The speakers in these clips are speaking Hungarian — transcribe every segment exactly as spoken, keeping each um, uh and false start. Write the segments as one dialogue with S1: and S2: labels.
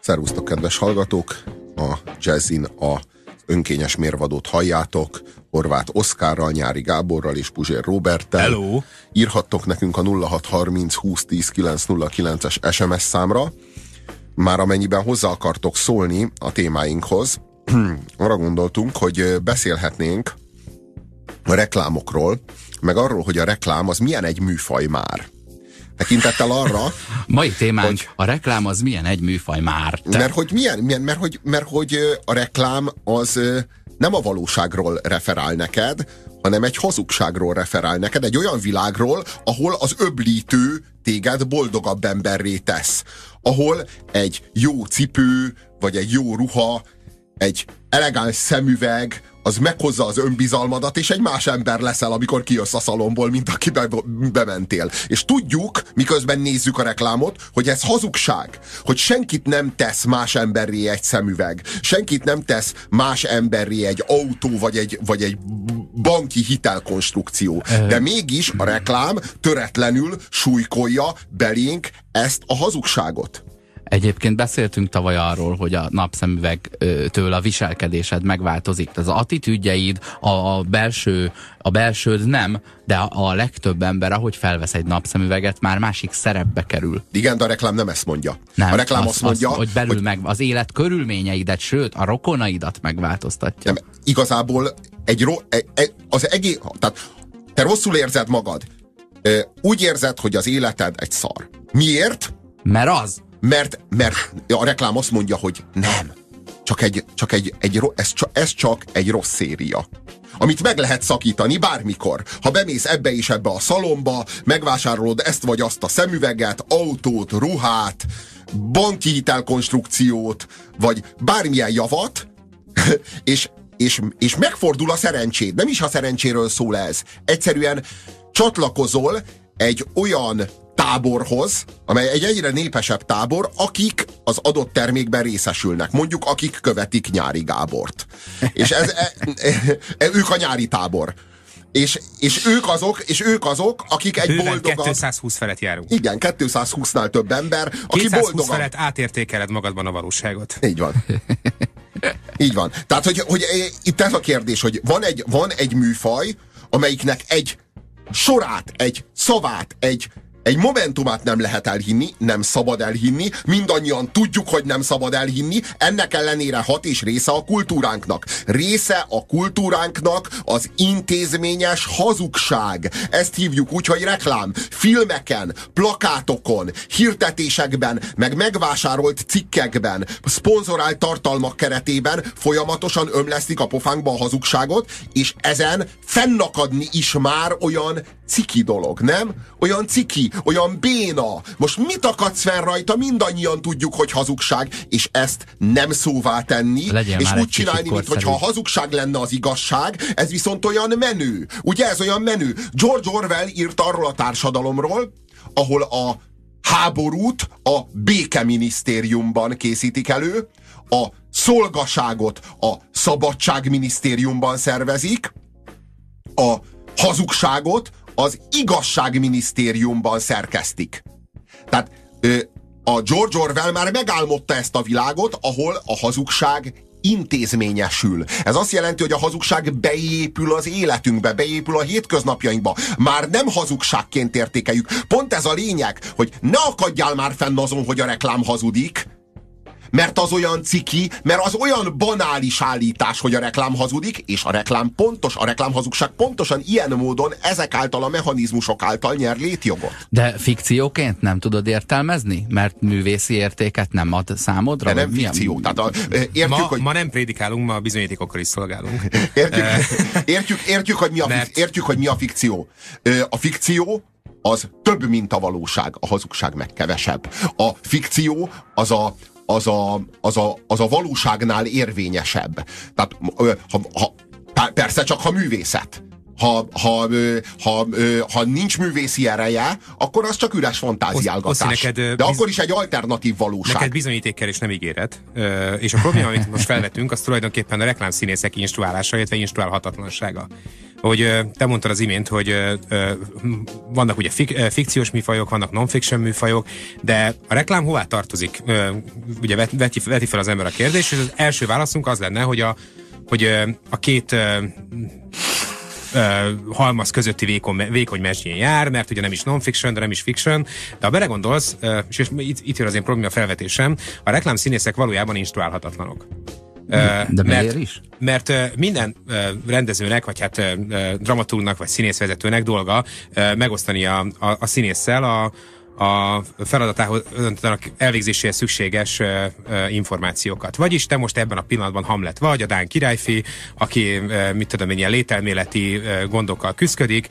S1: Szervusztok, kedves hallgatók! A Jazzin a önkényes mérvadót halljátok, Horváth Oszkárral, Nyári Gáborral és Puzsér Róberttel.
S2: Hello!
S1: Írhattok nekünk a nulla hat harminc húsz tíz kilenc nulla kilences es em es számra, már amennyiben hozzá akartok szólni a témáinkhoz. Arra gondoltunk, hogy beszélhetnénk a reklámokról, meg arról, hogy a reklám az milyen egy műfaj már. Tekintettel arra...
S2: Mai témánk,
S1: hogy,
S2: a reklám az milyen egy műfaj már. Te.
S1: Mert hogy milyen, milyen mert, hogy, mert hogy a reklám az nem a valóságról referál neked, hanem egy hazugságról referál neked, egy olyan világról, ahol az öblítő téged boldogabb emberré tesz. Ahol egy jó cipő, vagy egy jó ruha, egy elegáns szemüveg, az meghozza az önbizalmadat, és egy más ember leszel, amikor kijössz a szalomból, mint aki be, bementél. És tudjuk, miközben nézzük a reklámot, hogy ez hazugság, hogy senkit nem tesz más emberré egy szemüveg, senkit nem tesz más emberré egy autó, vagy egy, vagy egy banki hitelkonstrukció. De mégis a reklám töretlenül súlykolja belénk ezt a hazugságot.
S2: Egyébként beszéltünk tavaly arról, hogy a napszemüvegtől a viselkedésed megváltozik. Az attitűdjeid, a belső, a belsőd nem, de a legtöbb ember, ahogy felvesz egy napszemüveget, már másik szerepbe kerül.
S1: Igen, de a reklám nem ezt mondja.
S2: Nem,
S1: a reklám
S2: az,
S1: azt mondja,
S2: az, hogy belül
S1: hogy
S2: meg az élet körülményeidet, sőt, a rokonaidat megváltoztatja.
S1: Nem, igazából egy ro, egy, az egész, tehát te rosszul érzed magad. Úgy érzed, hogy az életed egy szar. Miért?
S2: Mert az.
S1: Mert, mert a reklám azt mondja, hogy nem. Csak egy, csak egy, egy, ez, csak, ez csak egy rossz széria. Amit meg lehet szakítani bármikor. Ha bemész ebbe és ebbe a szalomba, megvásárolod ezt vagy azt a szemüveget, autót, ruhát, banki hitelkonstrukciót, vagy bármilyen javat, és, és, és megfordul a szerencséd. Nem is a szerencséről szól ez. Egyszerűen csatlakozol egy olyan táborhoz, amely egy egyre népesebb tábor, akik az adott termékben részesülnek. Mondjuk, akik követik Nyári Gábort. És ez, e, e, e, ők a nyári tábor. És, és, ők azok, és ők azok, akik egy
S3: bőven
S1: boldogabb...
S3: kétszázhúsz felett járunk.
S1: Igen, kétszázhúsznál több ember, aki
S3: kétszázhúsz
S1: boldogabb.
S3: felett átértékeled magadban a valóságot.
S1: Így van. Így van. Tehát, hogy, hogy itt ez a kérdés, hogy van egy, van egy műfaj, amelyiknek egy sorát, egy szavát, egy Egy momentumát nem lehet elhinni, nem szabad elhinni, mindannyian tudjuk, hogy nem szabad elhinni, ennek ellenére hat és része a kultúránknak. Része a kultúránknak az intézményes hazugság. Ezt hívjuk úgy, hogy reklám. Filmeken, plakátokon, hirdetésekben, meg megvásárolt cikkekben, szponzorált tartalmak keretében folyamatosan ömlesztik a pofánkba a hazugságot, és ezen fennakadni is már olyan ciki dolog, nem? Olyan ciki, olyan béna. Most mit akadsz fel rajta? Mindannyian tudjuk, hogy hazugság, és ezt nem szóvá tenni,
S2: legyen
S1: és úgy csinálni, mintha a hazugság lenne az igazság, ez viszont olyan menő. Ugye ez olyan menő? George Orwell írt arról a társadalomról, ahol a háborút a békeminisztériumban készítik elő, a szolgaságot a szabadságminisztériumban szervezik, a hazugságot az igazságminisztériumban szerkesztik. Tehát ö, a George Orwell már megálmodta ezt a világot, ahol a hazugság intézményesül. Ez azt jelenti, hogy a hazugság beépül az életünkbe, beépül a hétköznapjainkba. Már nem hazugságként értékeljük. Pont ez a lényeg, hogy ne akadjál már fenn azon, hogy a reklám hazudik, mert az olyan ciki, mert az olyan banális állítás, hogy a reklám hazudik, és a reklám pontos, a reklámhazugság pontosan ilyen módon ezek által a mechanizmusok által nyer létjogot.
S2: De fikcióként nem tudod értelmezni? Mert művészi értéket nem ad számodra?
S1: De nem fikció. Tehát a, értjük,
S3: ma,
S1: hogy...
S3: ma nem prédikálunk, ma bizonyítékokkal is szolgálunk.
S1: Értjük, értjük, értjük, hogy mi a,
S3: Mert...
S1: értjük, hogy mi a fikció. A fikció az több, mint a valóság. A hazugság meg kevesebb. A fikció az a Az a, az, a, az a valóságnál érvényesebb. Tehát, ha, ha, persze csak ha művészet. Ha, ha, ha, ha nincs művészi ereje, akkor az csak üres fantáziálgatás.
S3: Oszi, neked,
S1: de akkor is egy alternatív valóság.
S3: Neked bizonyítékkel és nem ígéret. És a probléma, amit most felvetünk, az tulajdonképpen a reklámszínészek instruálása, illetve instruálhatatlansága. hogy te mondtad az imént, hogy vannak ugye fik, fikciós műfajok, vannak non-fiction műfajok, de a reklám hová tartozik? Ugye veti, veti fel az ember a kérdést, és az első válaszunk az lenne, hogy a, hogy a két Uh, halmaz közötti vékony, vékony mesdjén jár, mert ugye nem is non-fiction, de nem is fiction, de ha belegondolsz, uh, és itt, itt jön az én probléma felvetésem, a reklámszínészek valójában instruálhatatlanok.
S2: Uh, de miért is?
S3: Mert uh, minden uh, rendezőnek, vagy hát uh, dramaturgnak, vagy színészvezetőnek dolga uh, megosztani a, a, a színésszel a a feladatához elvégzéséhez szükséges uh, uh, információkat. Vagyis te most ebben a pillanatban Hamlet vagy, a dán királyfi, aki, uh, mit tudom én, ilyen lételméleti uh, gondokkal küszködik,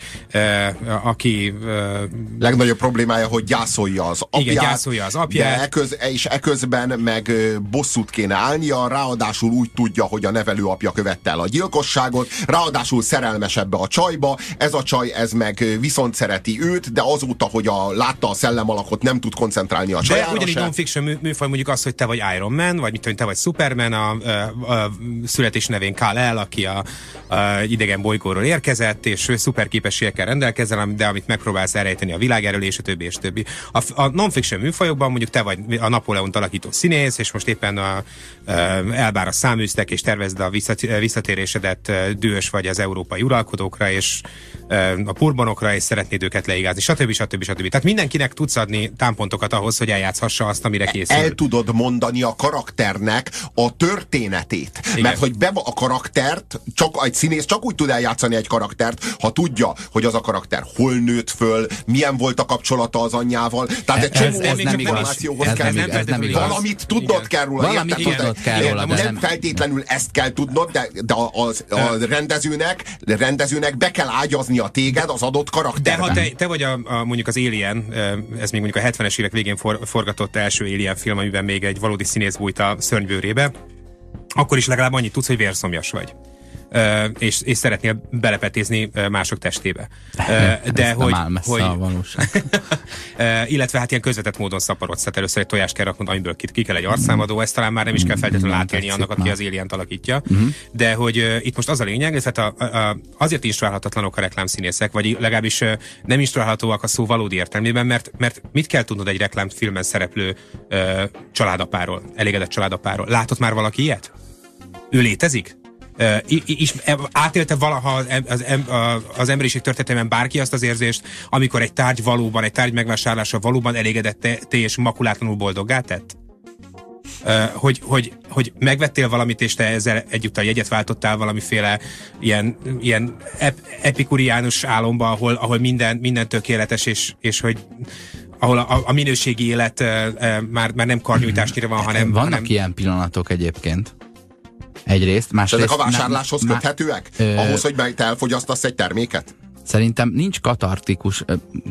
S3: uh, aki... Uh,
S1: legnagyobb problémája, hogy gyászolja az apját,
S3: igen, gyászolja az apját.
S1: De eköz, és eközben meg bosszút kéne állnia, ráadásul úgy tudja, hogy a nevelőapja követte el a gyilkosságot, ráadásul szerelmes ebbe a csajba, ez a csaj, ez meg viszont szereti őt, de azóta, hogy a, látta a alakot, nem tud koncentrálni a csajára.
S3: De ugyanígy non-fiction mű, műfaj mondjuk az, hogy te vagy Iron Man, vagy mit tudom, te vagy Superman, a, a, a születés nevén Kal-El, aki a, a idegen bolygóról érkezett, és szuper képességekkel rendelkezel, de amit megpróbálsz elrejteni a világ erről, és a többi, és többi. A, a non-fiction műfajokban mondjuk te vagy a Napóleont alakító színész, és most éppen a, a elbár a száműztek, és tervezd a visszatérésedet, dühös vagy az európai uralkodókra, és a purbonokra, és szeretnéd őket leigázni, stb. stb. stb. Tehát mindenkinek tudsz adni támpontokat ahhoz, hogy eljátszhassa azt, amire készül.
S1: El tudod mondani a karakternek a történetét. Igen. Mert hogy be a karaktert, csak egy színész csak úgy tud eljátszani egy karaktert, ha tudja, hogy az a karakter hol nőtt föl, milyen volt a kapcsolata az anyjával. Tehát egy csomó
S2: ez, ez nem információhoz
S1: kell.
S2: Nem, ez nem igaz.
S1: Valamit tudnod kell róla.
S2: Valamit tudnod kell róla,
S1: nem, nem feltétlenül ezt kell tudnod, de, de az, a rendezőnek, rendezőnek be kell ágyazni a téged az adott karakterben.
S3: De ha te, te vagy a, a, mondjuk az Alien, ez még mondjuk a hetvenes évek végén for, forgatott első Alien film, amiben még egy valódi színész bújt a szörnybőrébe, akkor is legalább annyit tudsz, hogy vérszomjas vagy. Uh, és, és szeretnél belepetézni uh, mások testébe. Uh, de
S2: ez
S3: hogy,
S2: nem áll messze
S3: hogy
S2: a valóság.
S3: uh, illetve hát ilyen közvetett módon szaporodsz, tehát először egy tojást kell raknod, amiből ki, ki kell egy arcszámadó, ezt talán már nem is kell feltétlenül átélni annak, aki az Alient alakítja. Uh-huh. De hogy uh, itt most az a lényeg, tehát a, a, azért instruálhatatlanok a reklámszínészek, vagy legalábbis uh, nem instruálhatóak a szó valódi értelmében, mert, mert mit kell tudnod egy reklámfilmen szereplő uh, családapáról, elégedett családapáról? Látott már valaki ilyet? Ő létezik? Uh, és átélte valaha az, az, az emberiség történetében bárki azt az érzést, amikor egy tárgy valóban, egy tárgy megvásárlása valóban elégedetté és makulátlanul boldoggá tett? Uh, hogy, hogy, hogy megvettél valamit, és te ezzel egyúttal jegyet váltottál valamiféle ilyen, ilyen ep, epikuriánus álomba, ahol, ahol minden, minden tökéletes, és, és hogy ahol a, a minőségi élet uh, uh, már, már nem karnyújtásnyira van, hanem...
S2: Vannak
S3: hanem...
S2: ilyen pillanatok egyébként. Egyrészt, másrészt...
S1: Ezek a vásárláshoz nem, köthetőek?
S2: Ö,
S1: ahhoz, hogy te elfogyasztasz egy terméket?
S2: Szerintem nincs katartikus.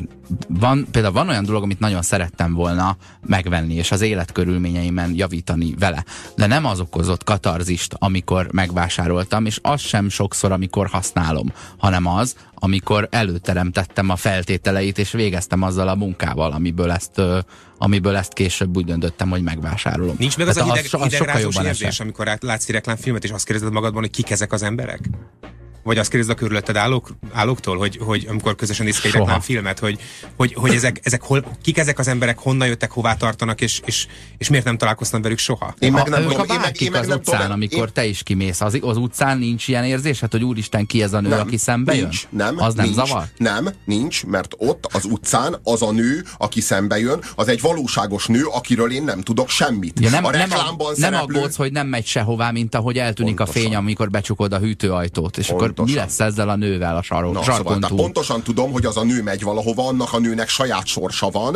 S2: Van, például van olyan dolog, amit nagyon szerettem volna megvenni, és az életkörülményeimen javítani vele. De nem az okozott katarzist, amikor megvásároltam, és az sem sokszor, amikor használom, hanem az, amikor előteremtettem a feltételeit, és végeztem azzal a munkával, amiből ezt, amiből ezt később úgy döntöttem, hogy megvásárolom.
S3: Nincs meg az hát a hideg, hidegrázós érzés, amikor látsz egy reklámfilmet, és azt kérdezed magadban, hogy kik ezek az emberek? Vagy azt kérdezed a körülötted állók, állóktól, hogy, hogy amikor közösen néztek egy reklámfilmet, hogy, hogy, hogy ezek, ezek hol, kik ezek az emberek, honnan jöttek, hová tartanak, és, és, és miért nem találkoztam velük soha?
S2: Én meg nem tudom, én meg, én meg az nem utcán, tudom, amikor én... te is kimész, az, az utcán nincs ilyen érzés, hát hogy úristen, ki ez a nő, nem, aki szembe jön?
S1: Nincs, nem,
S2: az nem
S1: nincs,
S2: zavar?
S1: Nem, nincs, mert ott az utcán az a nő, aki szembe jön, az egy valóságos nő, akiről én nem tudok semmit.
S2: Ja, nem,
S1: a
S2: nem,
S1: reklámban
S2: nem
S1: szereplő...
S2: aggódsz, hogy nem megy sehová, mint ahogy eltűnik pontosan a fény, amikor becsukod a hűtőajtót, és
S1: pontosan
S2: akkor mi lesz ezzel a nővel a sarok,
S1: Na,
S2: sarkon
S1: szóval,
S2: túl?
S1: Pontosan tudom, hogy az a nő megy valahova, annak a nőnek saját sorsa van.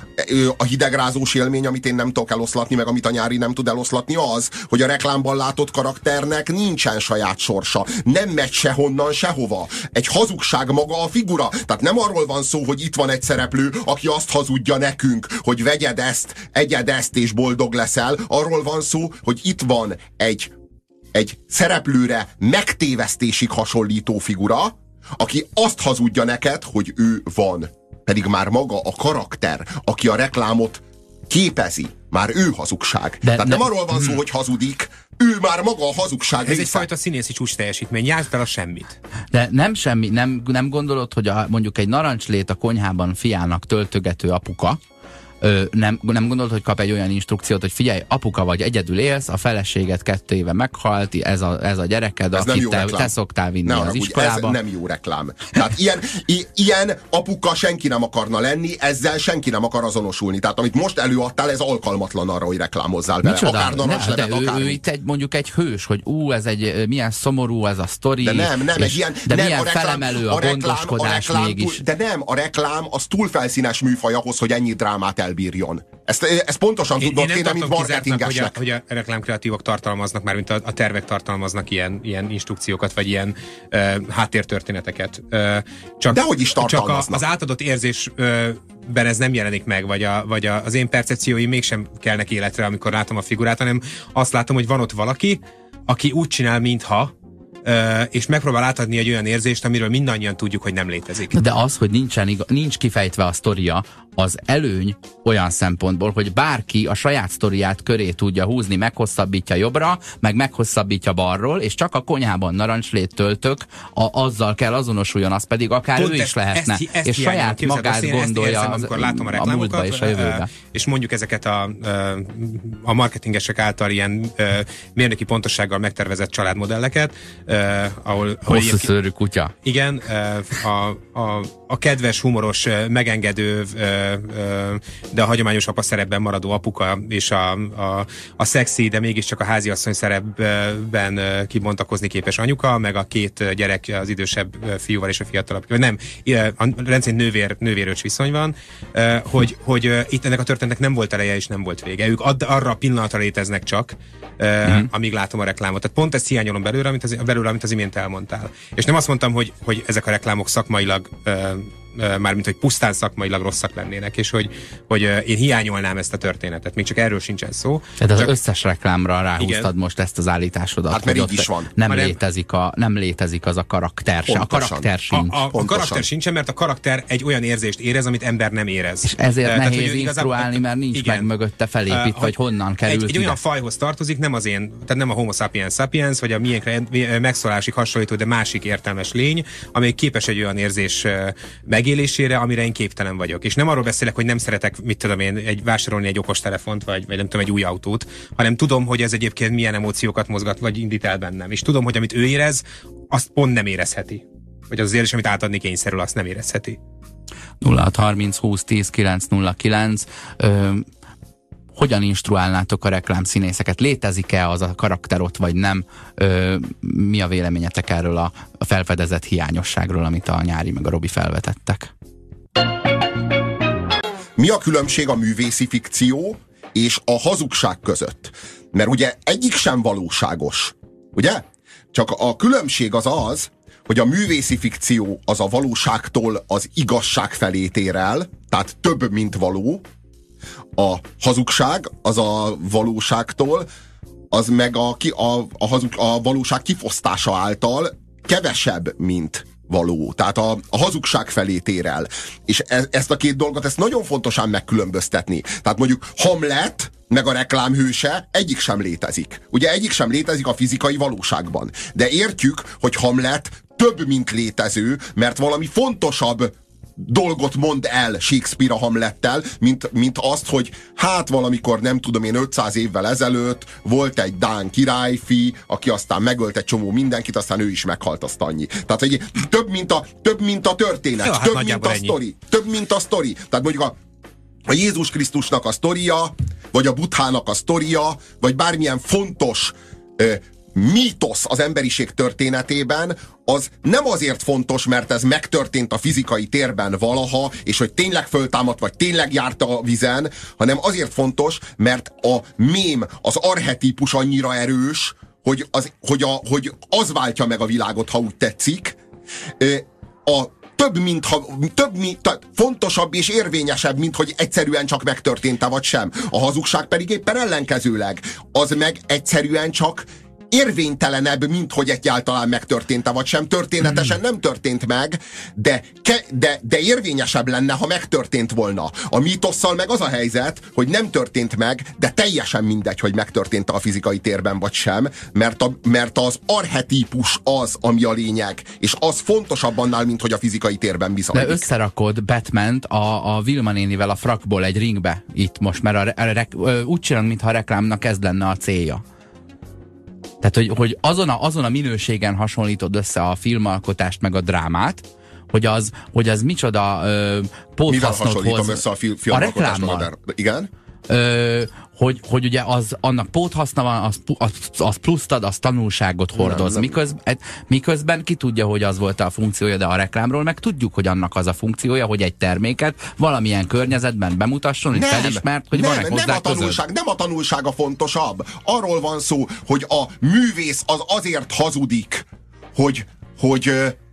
S1: A hidegrázós élmény, amit én nem tudok eloszlatni, meg amit a Nyári nem tud eloszlatni, az, hogy a reklámban látott karakternek nincsen saját sorsa. Nem megy sehonnan, sehova. Egy hazugság maga a figura. Tehát nem arról van szó, hogy itt van egy szereplő, aki azt hazudja nekünk, hogy vegyed ezt, egyed ezt, és boldog leszel. Arról van szó, hogy itt van egy egy szereplőre megtévesztésig hasonlító figura, aki azt hazudja neked, hogy ő van. Pedig már maga a karakter, aki a reklámot képezi, már ő hazugság. De, Tehát
S2: de,
S1: nem arról van szó, hogy hazudik, ő már maga a hazugság.
S3: Ez egyfajta színészi csúcs teljesítmény, járd el a semmit.
S2: De nem semmi, nem, nem gondolod, hogy a, mondjuk egy narancslét a konyhában fiának töltögető apuka, Ö, nem, nem gondolod, hogy kap egy olyan instrukciót, hogy figyelj, apuka vagy, egyedül élsz, a feleséget kettő éve meghalt, ez a, ez a gyereked, ez akit te, te szoktál vinni ne az arra, iskolába.
S1: Ez nem jó reklám. Tehát ilyen, i, ilyen apuka senki nem akarna lenni, ezzel senki nem akar azonosulni. Tehát amit most előadtál, ez alkalmatlan arra, hogy reklámozzál vele.
S2: Micsoda?
S1: Akár narancslevet,
S2: ne, de
S1: akár
S2: ő, ő itt egy, mondjuk egy hős, hogy ú, ez egy milyen szomorú ez a sztori.
S1: De nem, nem,
S2: és,
S1: egy ilyen,
S2: de
S1: nem,
S2: milyen
S1: a reklám,
S2: felemelő a,
S1: a reklám,
S2: gondoskodás
S1: a reklám
S2: mégis.
S1: Túl, de nem, a reklám az túl felszínes műfaj ahhoz, hogy ennyi drámát elbírjon. Ezt, ezt pontosan
S3: én,
S1: tudod
S3: én
S1: kéne, mint marketingesnek.
S3: Hogy a, hogy a reklámkreatívok tartalmaznak, már mint a, a tervek tartalmaznak ilyen, ilyen instrukciókat, vagy ilyen uh, háttértörténeteket. Uh, csak,
S1: Dehogy is tartalmaznak.
S3: Csak a, az átadott érzésben uh, ez nem jelenik meg, vagy, a, vagy a, az én percepcióim mégsem kelnek életre, amikor látom a figurát, hanem azt látom, hogy van ott valaki, aki úgy csinál, mintha, Uh, és megpróbál átadni egy olyan érzést, amiről mindannyian tudjuk, hogy nem létezik.
S2: De az, hogy nincsen, nincs kifejtve a sztoria, az előny olyan szempontból, hogy bárki a saját sztoriát köré tudja húzni, meghosszabbítja jobbra, meg meghosszabbítja balról, és csak a konyhában narancslét töltök, a, azzal kell azonosuljon, az pedig akár Pont ő ezt, is lehetne. Ezt, ezt és saját magát gondolja
S3: érzem, az, amikor látom a,
S2: a múltba és a jövőbe.
S3: És mondjuk ezeket a, a marketingesek által ilyen mérnöki pontossággal megtervezett családmodelleket, Uh, ahol,
S2: hosszú szőrű kutya.
S3: Igen, uh, a, a, a kedves, humoros, uh, megengedő, uh, uh, de a hagyományos apa szerepben maradó apuka, és a, a, a szexi, de mégiscsak a háziasszony szerepben uh, kibontakozni képes anyuka, meg a két gyerek, az idősebb fiúval és a fiatalabb. Nem, a rendszerint nővér, nővéröcs viszony van, uh, hogy, hogy uh, itt ennek a történetnek nem volt eleje és nem volt vége. Ők ad, arra a pillanatra léteznek csak, uh, mm. amíg látom a reklámot. Tehát pont ezt hiányolom belőle, amit az, belőle, amit az imént elmondtál. És nem azt mondtam, hogy, hogy ezek a reklámok szakmailag, uh, uh, mármint, hogy pusztán szakmailag rosszak lennének, és hogy, hogy uh, én hiányolnám ezt a történetet. Még csak erről sincsen szó.
S2: Tehát
S3: csak...
S2: az összes reklámra ráhúztad igen. most ezt az állításodat.
S1: Hát mert így is van.
S2: Nem, létezik a, nem létezik az a karakter. A karakter sincs.
S3: A, a, a karakter sincsen, mert a karakter egy olyan érzést érez, amit ember nem érez.
S2: És ezért uh, nehéz tehát, instruálni, mert nincs igen. meg mögötte felépítve, uh, hogy honnan került
S3: egy, egy olyan fajhoz tartozik, nem az én, tehát nem a Homo sapiens sapiens, vagy a miénkre megszólásig hasonlító, de másik értelmes lény, amely képes egy olyan érzés megélésére, amire én képtelen vagyok. És nem arról beszélek, hogy nem szeretek, mit tudom én, egy vásárolni egy okostelefont, vagy, vagy nem tudom, egy új autót, hanem tudom, hogy ez egyébként milyen emóciókat mozgat, vagy indít el bennem. És tudom, hogy amit ő érez, azt pont nem érezheti. Vagy az az érzés, amit átadni kényszerül, azt nem érezheti.
S2: nulla hat harminc húsz tíz kilenc nulla kilenc Ö, hogyan instruálnátok a reklámszínészeket? Létezik-e az a karakter ott, vagy nem? Ö, mi a véleményetek erről a, a felfedezett hiányosságról, amit a Nyári meg a Robi felvetettek?
S1: Mi a különbség a művészi fikció és a hazugság között? Mert ugye egyik sem valóságos, ugye? Csak a különbség az az, hogy a művészi fikció az a valóságtól az igazság felé tér el, tehát több, mint való. A hazugság az a valóságtól, az meg a, a, a, hazug, a valóság kifosztása által kevesebb, mint való. Tehát a, a hazugság felé tér el. És e, ezt a két dolgot, ezt nagyon fontosan megkülönböztetni. Tehát mondjuk Hamlet meg a reklámhőse egyik sem létezik. Ugye egyik sem létezik a fizikai valóságban. De értjük, hogy Hamlet több, mint létező, mert valami fontosabb dolgot mond el Shakespeare a Hamlettel, mint, mint azt, hogy hát valamikor nem tudom én ötszáz évvel ezelőtt volt egy dán királyfi, aki aztán megölt egy csomó mindenkit, aztán ő is meghalt, azt annyi. Tehát egy, több, mint a, több, mint a történet, ja, több, hát mint a sztori. Több, mint a sztori. Tehát mondjuk a, a Jézus Krisztusnak a sztoria, vagy a Buddhának a sztoria, vagy bármilyen fontos ö, mítosz az emberiség történetében, az nem azért fontos, mert ez megtörtént a fizikai térben valaha, és hogy tényleg föltámadt, vagy tényleg járt a vizen, hanem azért fontos, mert a mém, az archetípus annyira erős, hogy az, hogy, a, hogy az váltja meg a világot, ha úgy tetszik. A több, mint ha, több, mint, fontosabb és érvényesebb, mint hogy egyszerűen csak megtörtént-e vagy sem. A hazugság pedig éppen ellenkezőleg. Az meg egyszerűen csak érvénytelenebb, mint hogy egyáltalán megtörtént-e, vagy sem. Történetesen nem történt meg, de, ke, de, de érvényesebb lenne, ha megtörtént volna. A mítosszal meg az a helyzet, hogy nem történt meg, de teljesen mindegy, hogy megtörtént a fizikai térben, vagy sem, mert, a, mert az archetípus az, ami a lényeg, és az fontosabb annál, mint hogy a fizikai térben bizonylik.
S2: De összerakod Batmant a, a Vilma nénivel a frakból egy ringbe itt most, mert a, a, a, a, úgy csinálunk, mintha a reklámnak ez lenne a célja. Tehát, hogy, hogy azon, a, azon a minőségen hasonlítod össze a filmalkotást meg a drámát, hogy az, hogy az micsoda ö, póthasznot hoz.
S1: Mivel hasonlítom össze a fil- filmalkotást meg a drámát? Igen?
S2: Ö, hogy, hogy ugye az, annak póthaszna van, az, az, az pluszt ad, az tanulságot hordoz. Miközben, miközben ki tudja, hogy az volt a funkciója, de a reklámról meg tudjuk, hogy annak az a funkciója, hogy egy terméket valamilyen környezetben bemutasson, hogy felismert, hogy van-e hozzá
S1: nem a tanulság, nem a tanulsága fontosabb. Arról van szó, hogy a művész az azért hazudik, hogy, hogy,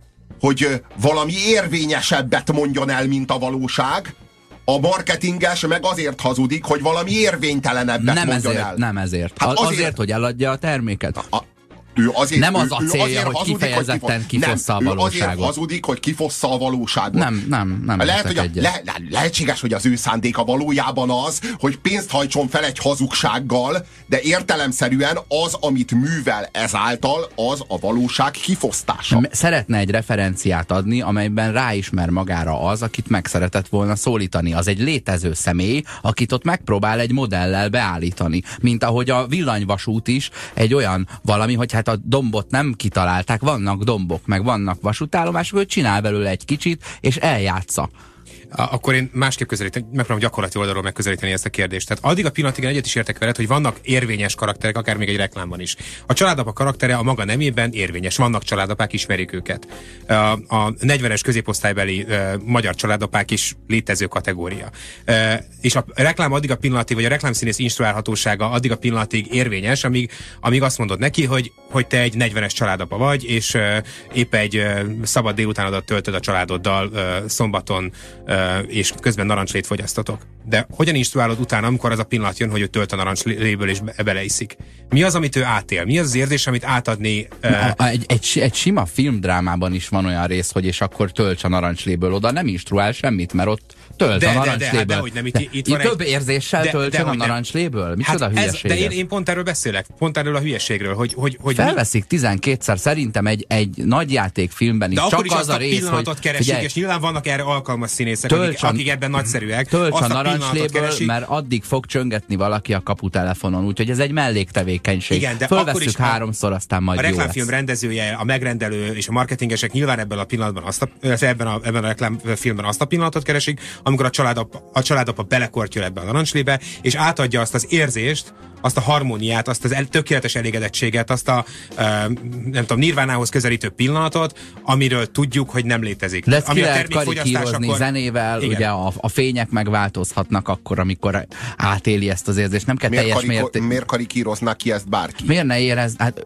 S1: hogy valami érvényesebbet mondjon el, mint a valóság. A marketinges meg azért hazudik, hogy valami érvénytelenebbet
S2: nem
S1: mondjon
S2: ezért,
S1: el.
S2: Nem ezért.
S1: Hát
S2: azért,
S1: azért,
S2: hogy eladja a terméket.
S1: A, a, ő azért,
S2: nem az
S1: ő,
S2: a célja, hogy
S1: hazudik,
S2: kifejezetten
S1: hogy
S2: kifossza
S1: nem,
S2: a valóságot.
S1: Ő azért hazudik, hogy kifossza a valóságot.
S2: Nem, nem, nem.
S1: Lehet, hogy a, le, le, lehetséges, hogy az ő szándéka valójában az, hogy pénzt hajtson fel egy hazugsággal, de értelemszerűen az, amit művel ezáltal, az a valóság kifosztása.
S2: Szeretne egy referenciát adni, amelyben ráismer magára az, akit meg szeretett volna szólítani. Az egy létező személy, akit ott megpróbál egy modellel beállítani. Mint ahogy a villanyvasút is egy olyan valami, hogy hát a dombot nem kitalálták, vannak dombok, meg vannak vasútállomások, hogy csinál belőle egy kicsit, és eljátsza.
S3: Akkor én másképp közelíteni, megpróbálom gyakorlati oldalról megközelíteni ezt a kérdést. Tehát addig a pillanatig egyet is értek veled, hogy vannak érvényes karakterek, akár még egy reklámban is. A családapa karaktere a maga nemében érvényes. Vannak családapák, ismerik őket. A, a negyvenes középosztálybeli uh, magyar családapák is létező kategória. Uh, és a reklám addig a pillanatig, vagy a reklámszínész instruálhatósága addig a pillanatig érvényes, amíg, amíg azt mondod neki, hogy, hogy te egy negyvenes családapa vagy, és uh, épp egy uh, szabad délutánodat töltöd a családoddal uh, szombaton, uh, és közben narancslét fogyasztatok. De hogyan instruálod utána, amikor az a pillanat jön, hogy ő tölt a narancsléből és be- beleiszik? Mi az, amit ő átél? Mi az az érzés, amit átadni? Uh...
S2: A, egy, egy, egy sima filmdrámában is van olyan rész, hogy és akkor tölts a narancsléből oda, nem instruál semmit, mert ott tölt
S3: de,
S2: a
S3: de,
S2: narancsléből.
S3: De, de, de, nem, itt, itt, itt van
S2: több
S3: egy...
S2: érzéssel töltsön a narancsléből? Micsoda hát hülyeség?
S3: De én, én pont erről beszélek, pont erről a hülyeségről, hogy, hogy, hogy
S2: felveszik tizenkétszer szerintem egy, egy nagy játékfilmben is.
S3: De
S2: csak
S3: akkor is
S2: az
S3: azt
S2: a
S3: a
S2: rész,
S3: pillanatot
S2: hogy,
S3: keresik,
S2: figyelj,
S3: és nyilván vannak erre alkalmas színészek, akik, akik ebben nagyszerűek.
S2: Tölts
S3: azt
S2: a
S3: a
S2: narancsléből, mert addig fog csöngetni valaki a kaputelefonon, úgyhogy ez egy melléktevékenység.
S3: Igen, de
S2: fölvesszük háromszor, aztán majd
S3: a
S2: jó lesz.
S3: reklámfilm rendezője, a megrendelő és a marketingesek nyilván ebben a pillanatban azt a, ebben a, ebben a reklámfilmben azt a pillanatot keresik, amikor a családapa, a családapa belekortyol ebbe a narancslébe, és átadja azt az érzést, azt a harmóniát, azt az el, tökéletes elégedettséget, azt a uh, nem tudom, nirvánához közelítő pillanatot, amiről tudjuk, hogy nem létezik.
S2: Lesz
S3: ami
S2: ki
S3: a
S2: lehet karikírozni
S3: akkor...
S2: zenével, igen. Ugye a, a fények megváltozhatnak akkor, amikor átéli ezt az érzést. Nem kell
S1: miért
S2: teljes
S1: kariko-
S2: mérték...
S1: Miért karikírozná ki ezt bárki?
S2: Miért ne érez? Hát,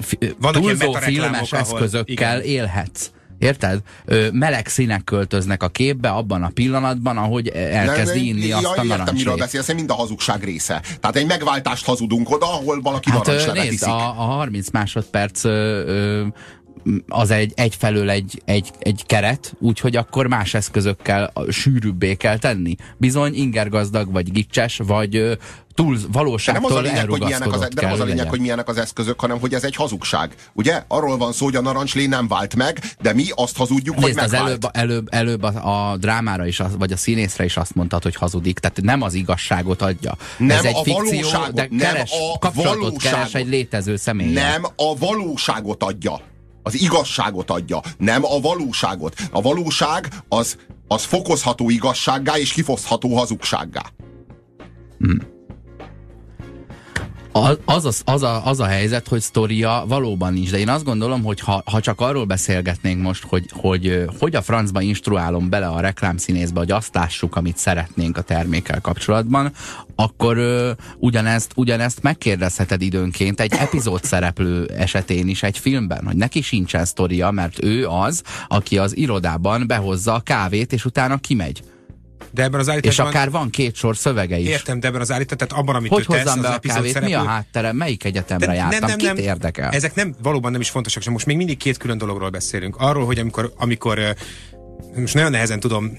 S2: túlzó filmes eszközökkel ahol... élhetsz. Érted? Ö, meleg színek költöznek a képbe abban a pillanatban, ahogy elkezdi inni ja, azt a narancslét.
S1: Értem, miről beszélsz, ez mind a hazugság része. Tehát egy megváltást hazudunk oda, ahol valaki
S2: hát,
S1: narancslevet
S2: nézd,
S1: iszik.
S2: A, a harminc másodperc ö, ö, az egy, egyfelől egy, egy, egy keret, úgyhogy akkor más eszközökkel sűrűbbé kell tenni. Bizony ingergazdag, vagy gicses, vagy ö, túl valóságtól elrugaszkodott
S1: az, de nem az a lényeg, hogy milyenek az eszközök, hanem hogy ez egy hazugság. Ugye? Arról van szó, hogy a narancslé nem vált meg, de mi azt hazudjuk,
S2: nézd,
S1: hogy megvált.
S2: Előbb, előbb, előbb a, a drámára is, az, vagy a színészre is azt mondtad, hogy hazudik. Tehát nem az igazságot adja.
S1: Nem
S2: ez egy
S1: a
S2: fikció,
S1: valóságot,
S2: de keres,
S1: nem a
S2: kapcsolatot
S1: valóságot.
S2: keres egy létező személlyel.
S1: Nem a valóságot adja. Az igazságot adja, nem a valóságot. A valóság az, az fokozható igazsággá és kifosztható hazugsággá.
S2: Hmm. Az, az, az, a, az a helyzet, hogy sztoria valóban nincs, de én azt gondolom, hogy ha, ha csak arról beszélgetnénk most, hogy, hogy hogy a francba instruálom bele a reklámszínészbe, hogy azt lássuk, amit szeretnénk a termékkel kapcsolatban, akkor ö, ugyanezt, ugyanezt megkérdezheted időnként egy epizód szereplő esetén is egy filmben, hogy neki sincsen sztoria, mert ő az, aki az irodában behozza a kávét, és utána kimegy.
S3: De ebben az állításban...
S2: És akár van két sor szövege is.
S3: Értem, de ebben az állításban, tehát abban, amit
S2: hogy
S3: ő tesz,
S2: hozzám be
S3: az
S2: a kávét,
S3: szereplő...
S2: mi a háttere, melyik egyetemre de jártam, nem, nem, nem, kit érdekel?
S3: Ezek nem, valóban nem is fontosak, most még mindig két külön dologról beszélünk. Arról, hogy amikor, amikor most nagyon nehezen tudom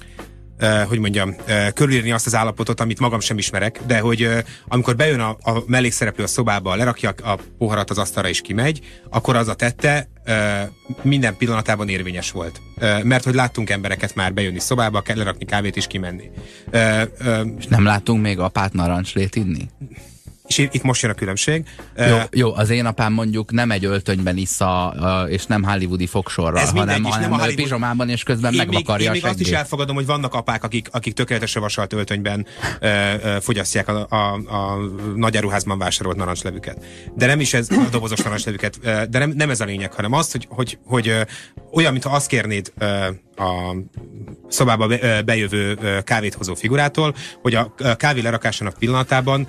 S3: Uh, hogy mondjam, uh, körülírni azt az állapotot, amit magam sem ismerek, de hogy uh, amikor bejön a, a mellékszereplő a szobába, lerakja a poharat az asztalra és kimegy, akkor az a tette uh, minden pillanatában érvényes volt. Uh, mert hogy láttunk embereket már bejönni szobába, kell lerakni kávét és kimenni. Uh, uh,
S2: és nem láttunk még apát narancslét inni?
S3: És itt most jön a különbség.
S2: Jó, jó, az én apám mondjuk nem egy öltönyben issza, és nem hollywoodi fogsorral, hanem, hanem nem a Hollywood... pizsomában, és közben
S3: én
S2: megvakarja
S3: még,
S2: a
S3: Én még azt is elfogadom, hogy vannak apák, akik, akik tökéletesen vasalt öltönyben ö, ö, fogyasztják a, a, a nagy áruházban vásárolt narancslevüket. De nem is ez a dobozos narancslevüket, de nem, nem ez a lényeg, hanem az, hogy, hogy, hogy ö, olyan, mintha azt kérnéd ö, a szobába be, bejövő kávéthozó figurától, hogy a kávé lerakásának pillanatában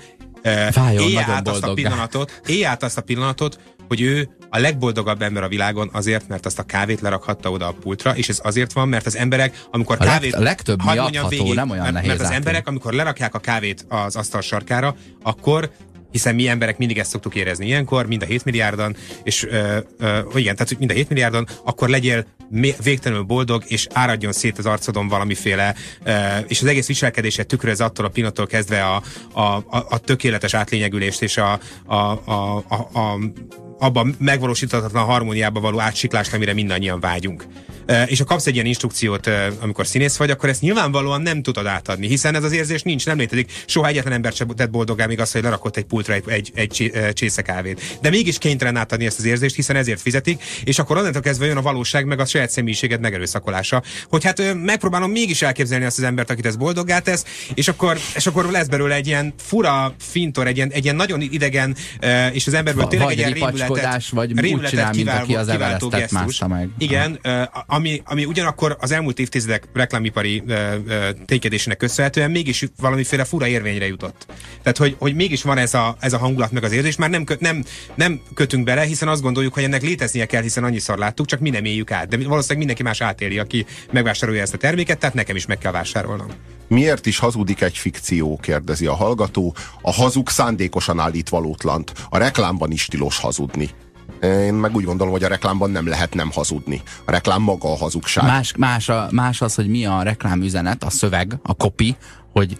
S3: élj át azt a pillanatot, élj át azt a pillanatot, hogy ő a legboldogabb ember a világon azért, mert azt a kávét lerakhatta oda a pultra, és ez azért van, mert az emberek, amikor
S2: a
S3: kávét...
S2: A legtöbb mi adható, végig, nem olyan
S3: mert,
S2: nehéz
S3: mert az
S2: átni.
S3: emberek, amikor lerakják a kávét az asztal sarkára, akkor hiszen mi emberek mindig ezt szoktuk érezni ilyenkor, mind a hét milliárdan, és ö, ö, igen, tehát mind a hét milliárdan, akkor legyél végtelenül boldog, és áradjon szét az arcodon valamiféle, ö, és az egész viselkedéset tükröz attól a pillanattól kezdve a, a, a, a tökéletes átlényegülést, és a, a, a, a, a abban megvalósíthatatlan harmóniába való átsiklást, amire mindannyian vágyunk. Uh, és ha kapsz egy ilyen instrukciót, uh, amikor színész vagy, akkor ezt nyilvánvalóan nem tudod átadni, hiszen ez az érzés nincs, nem létezik. Soha egyetlen ember sem tett boldoggá még az, hogy lerakott egy pultra egy, egy, egy csésze kávét. De mégis kénytelen átadni ezt az érzést, hiszen ezért fizetik, és akkor onnantól kezdve jön a valóság, meg a saját személyiséged megerőszakolása. Hogy hát uh, megpróbálom mégis elképzelni azt az embert, akit ez boldoggá tesz, és akkor, és akkor lesz belőle egy ilyen fura fintor, egy ilyen, egy ilyen nagyon idegen, uh, és az emberből tényleg egy ilyen rémületet,
S2: vagy úgy csinál, mint aki az Everestet mászta meg.
S3: Igen, uh, ami, ami ugyanakkor az elmúlt évtizedek reklámipari uh, uh, ténykedésének köszönhetően mégis valamiféle fura érvényre jutott. Tehát, hogy, hogy mégis van ez a, ez a hangulat meg az érzés, már nem, kö, nem, nem kötünk bele, hiszen azt gondoljuk, hogy ennek léteznie kell, hiszen annyiszor láttuk, csak mi nem éljük át. De valószínűleg mindenki más átéli, aki megvásárolja ezt a terméket, tehát nekem is meg kell vásárolnom.
S1: Miért is hazudik egy fikció, kérdezi a hallgató. A hazug szándékosan állít valótlant. A reklámban is tilos hazudni. Én meg úgy gondolom, hogy a reklámban nem lehet nem hazudni. A reklám maga a hazugság.
S2: Más, más, a, más az, hogy mi a reklámüzenet, a szöveg, a copy, hogy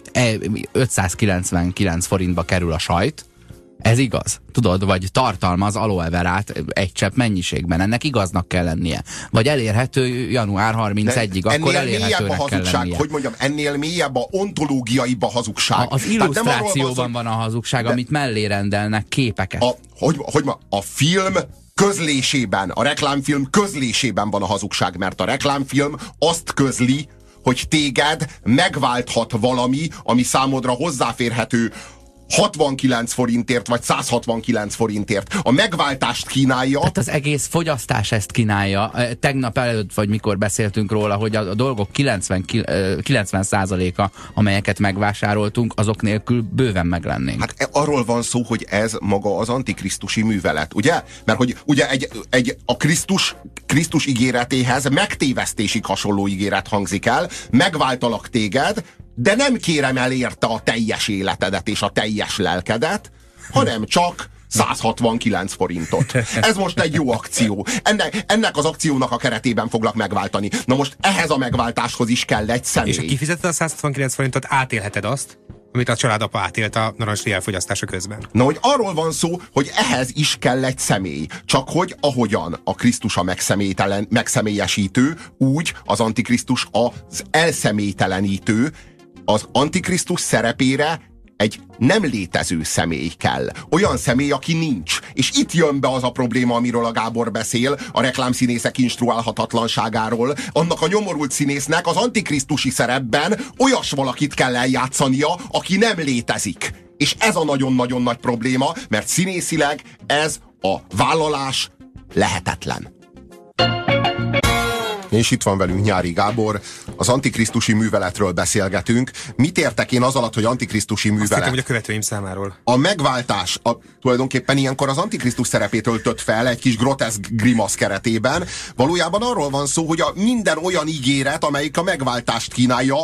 S2: ötszázkilencvenkilenc forintba kerül a sajt. Ez igaz? Tudod, vagy tartalmaz aloe verát egy csepp mennyiségben. Ennek igaznak kell lennie. Vagy elérhető január harmincegyediig, akkor elérhetőnek kell lennie.
S1: Hogy mondjam, ennél mélyebb a ontológiaibb a hazugság.
S2: A, az illusztrációban van a hazugság, de, amit mellé rendelnek képeket.
S1: A, hogy, hogy ma, a film közlésében, a reklámfilm közlésében van a hazugság, mert a reklámfilm azt közli, hogy téged megválthat valami, ami számodra hozzáférhető hatvankilenc forintért, vagy száz hatvankilenc forintért. A megváltást kínálja.
S2: Tehát az egész fogyasztás ezt kínálja. Tegnap előtt, vagy mikor beszéltünk róla, hogy a dolgok kilencven százaléka, amelyeket megvásároltunk, azok nélkül bőven meglennénk.
S1: Hát arról van szó, hogy ez maga az antikrisztusi művelet, ugye? Mert hogy ugye egy, egy a Krisztus, Krisztus ígéretéhez megtévesztésig hasonló ígéret hangzik el, megváltalak téged, de nem kérem el érte a teljes életedet és a teljes lelkedet, hanem csak száz hatvankilenc forintot. Ez most egy jó akció. Ennek, ennek az akciónak a keretében foglak megváltani. Na most ehhez a megváltáshoz is kell egy személy.
S3: És ha kifizeted a száz hatvankilenc forintot, átélheted azt, amit a családapa átélt a narancslé elfogyasztása közben.
S1: Na, hogy arról van szó, hogy ehhez is kell egy személy. Csak hogy ahogyan a Krisztus a megszemélyesítő, úgy az Antikrisztus az elszemélytelenítő. Az Antikrisztus szerepére egy nem létező személy kell. Olyan személy, aki nincs. És itt jön be az a probléma, amiről a Gábor beszél, a reklámszínészek instruálhatatlanságáról. Annak a nyomorult színésznek az antikrisztusi szerepben olyas valakit kell eljátszania, aki nem létezik. És ez a nagyon-nagyon nagy probléma, mert színészileg ez a vállalás lehetetlen. És itt van velünk Nyári Gábor, az antikrisztusi műveletről beszélgetünk. Mit értek én az alatt, hogy antikrisztusi művelet? Azt
S3: hittem, hogy a követőim számáról.
S1: A megváltás a, tulajdonképpen ilyenkor az antikrisztus szerepét öltött fel egy kis groteszk grimasz keretében. Valójában arról van szó, hogy a minden olyan ígéret, amelyik a megváltást kínálja,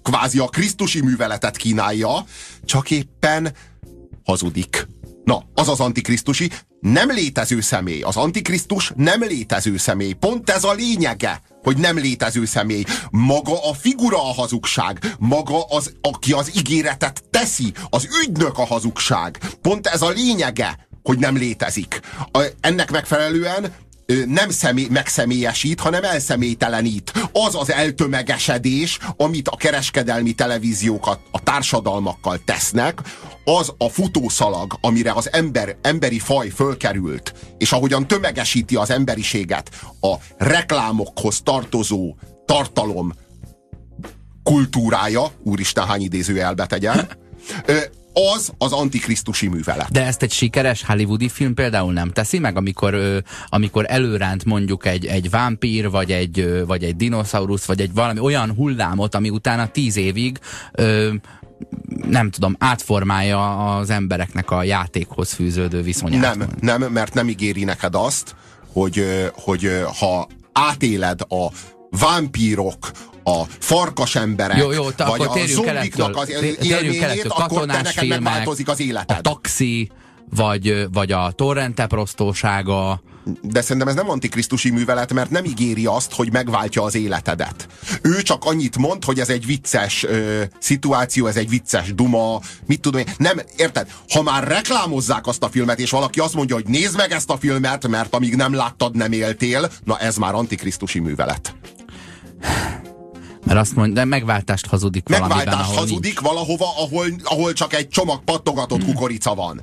S1: kvázi a krisztusi műveletet kínálja, csak éppen hazudik. Na, az az antikrisztusi, nem létező személy. Az antikrisztus nem létező személy. Pont ez a lényege, hogy nem létező személy. Maga a figura a hazugság. Maga az, aki az ígéretet teszi, az ügynök a hazugság. Pont ez a lényege, hogy nem létezik. A, ennek megfelelően nem személy, megszemélyesít, hanem elszemélytelenít. Az az eltömegesedés, amit a kereskedelmi televíziókat a társadalmakkal tesznek, az a futószalag, amire az ember, emberi faj fölkerült, és ahogyan tömegesíti az emberiséget a reklámokhoz tartozó tartalom kultúrája, úristen, hány idézőjelbe tegyen, az az antikrisztusi művelet.
S2: De ezt egy sikeres hollywoodi film például nem teszi meg, amikor, ö, amikor előránt mondjuk egy, egy vámpír, vagy egy, ö, vagy egy dinoszaurusz, vagy egy valami olyan hullámot, ami utána tíz évig ö, nem tudom, átformálja az embereknek a játékhoz fűződő viszonyát.
S1: Nem, nem, mert nem ígéri neked azt, hogy, hogy ha átéled a vámpírok, a farkas emberek,
S2: jó, jó,
S1: vagy a zombiknak az élményét, akkor te neked
S2: filmek,
S1: megváltozik az életed.
S2: A Taxi, vagy, vagy a Torrente prostósága.
S1: De szerintem ez nem antikrisztusi művelet, mert nem ígéri azt, hogy megváltja az életedet. Ő csak annyit mond, hogy ez egy vicces ö, szituáció, ez egy vicces duma, mit tudom én. Nem, érted? Ha már reklámozzák azt a filmet, és valaki azt mondja, hogy nézd meg ezt a filmet, mert amíg nem láttad, nem éltél, na ez már antikrisztusi művelet.
S2: Mert azt mondja, de megváltást hazudik valamiben,
S1: Megváltást hazudik
S2: nincs.
S1: valahova, ahol, ahol csak egy csomag pattogatott hmm. kukorica van.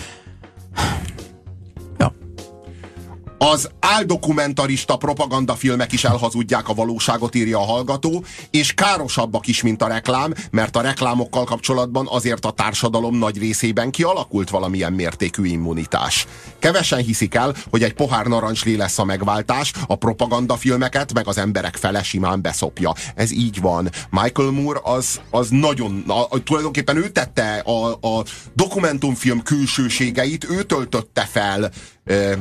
S2: Ja.
S1: Az áldokumentarista propagandafilmek is elhazudják a valóságot, írja a hallgató, és károsabbak is, mint a reklám, mert a reklámokkal kapcsolatban azért a társadalom nagy részében kialakult valamilyen mértékű immunitás. Kevesen hiszik el, hogy egy pohár narancslé lesz a megváltás, a propagandafilmeket meg az emberek fele simán beszopja. Ez így van. Michael Moore az, az nagyon, a, a, tulajdonképpen ő tette a, a dokumentumfilm külsőségeit, ő töltötte fel ö,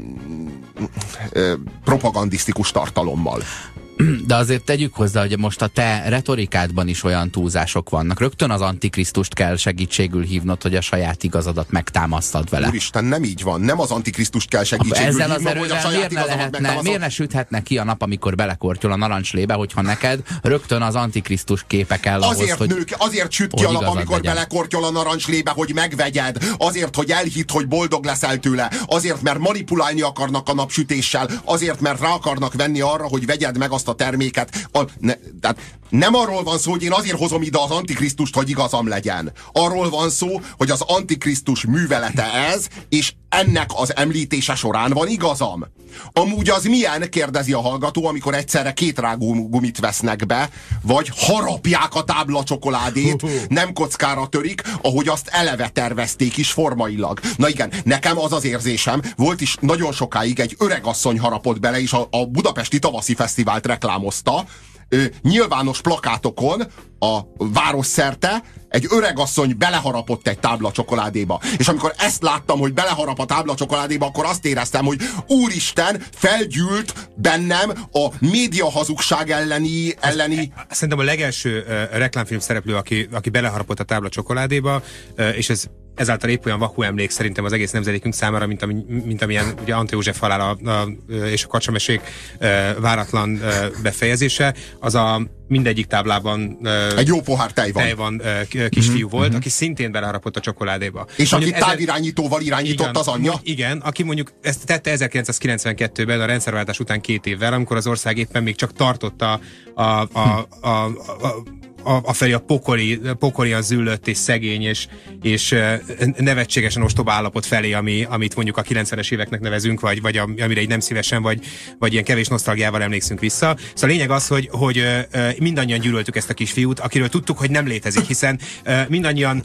S1: propagandisztikus tartalommal.
S2: De azért tegyük hozzá, hogy most a te retorikádban is olyan túlzások vannak. Rögtön az antikrisztust kell segítségül hívnod, hogy a saját igazadat megtámasztad vele.
S1: Úristen, nem így van. Nem az antikrisztust kell segítségül
S2: ezzel
S1: hívnom,
S2: az erővel
S1: hogy a saját
S2: miért ne
S1: igazamat
S2: lehetne,
S1: megtámasztod.
S2: miért ne süthetne ki a nap, amikor belekortyol a narancslébe, hogyha neked rögtön az antikrisztus képe kell ahhoz,
S1: azért,
S2: hogy,
S1: nők, azért süt ki a nap, amikor legyen. Belekortyol a narancslébe, hogy megvegyed. Azért, hogy elhidd, hogy boldog leszel tőle. Azért, mert manipulálni akarnak a napsütéssel. Azért, mert rá akarnak venni arra, hogy vegyed meg azt a terméket. A, ne, tehát nem arról van szó, hogy én azért hozom ide az antikrisztust, hogy igazam legyen. Arról van szó, hogy az antikrisztus művelete ez, és ennek az említése során van igazam. Amúgy az milyen, kérdezi a hallgató, amikor egyszerre két rágógumit vesznek be, vagy harapják a tábla csokoládét, nem kockára törik, ahogy azt eleve tervezték is formailag. Na igen, nekem az az érzésem, volt is nagyon sokáig egy öregasszony harapott bele, és a, a Budapesti Tavaszi Fesztivált reklámozta, ö, nyilvános plakátokon a városszerte egy öregasszony beleharapott egy tábla csokoládéba. És amikor ezt láttam, hogy beleharap a tábla csokoládéba, akkor azt éreztem, hogy úristen, felgyűlt bennem a média hazugság elleni... elleni...
S3: Szerintem a legelső uh, reklámfilm szereplő, aki, aki beleharapott a tábla csokoládéba, uh, és ez ezáltal épp olyan vakú emlék szerintem az egész nemzedékünk számára, mint, ami, mint amilyen ugye Ante József halála a, a, és a kacsamesék uh, váratlan uh, befejezése, az a mindegyik táblában uh,
S1: egy jó pohár tej van,
S3: tej van uh, kisfiú mm-hmm. volt, aki szintén beleharapott a csokoládéba.
S1: És
S3: mondjuk
S1: aki távirányítóval irányított
S3: igen,
S1: az anyja?
S3: Igen, aki mondjuk ezt tette ezerkilencszázkilencvenkettőben a rendszerváltás után két évvel, amikor az ország éppen még csak tartotta a, a, a, a, a A, a felé a pokoli, pokolian züllött és szegény és, és nevetségesen ostoba állapot felé, ami, amit mondjuk a kilencvenes éveknek nevezünk, vagy, vagy amire így nem szívesen, vagy, vagy ilyen kevés nosztalgiával emlékszünk vissza. Szóval a lényeg az, hogy, hogy mindannyian gyűlöltük ezt a kisfiút, akiről tudtuk, hogy nem létezik, hiszen mindannyian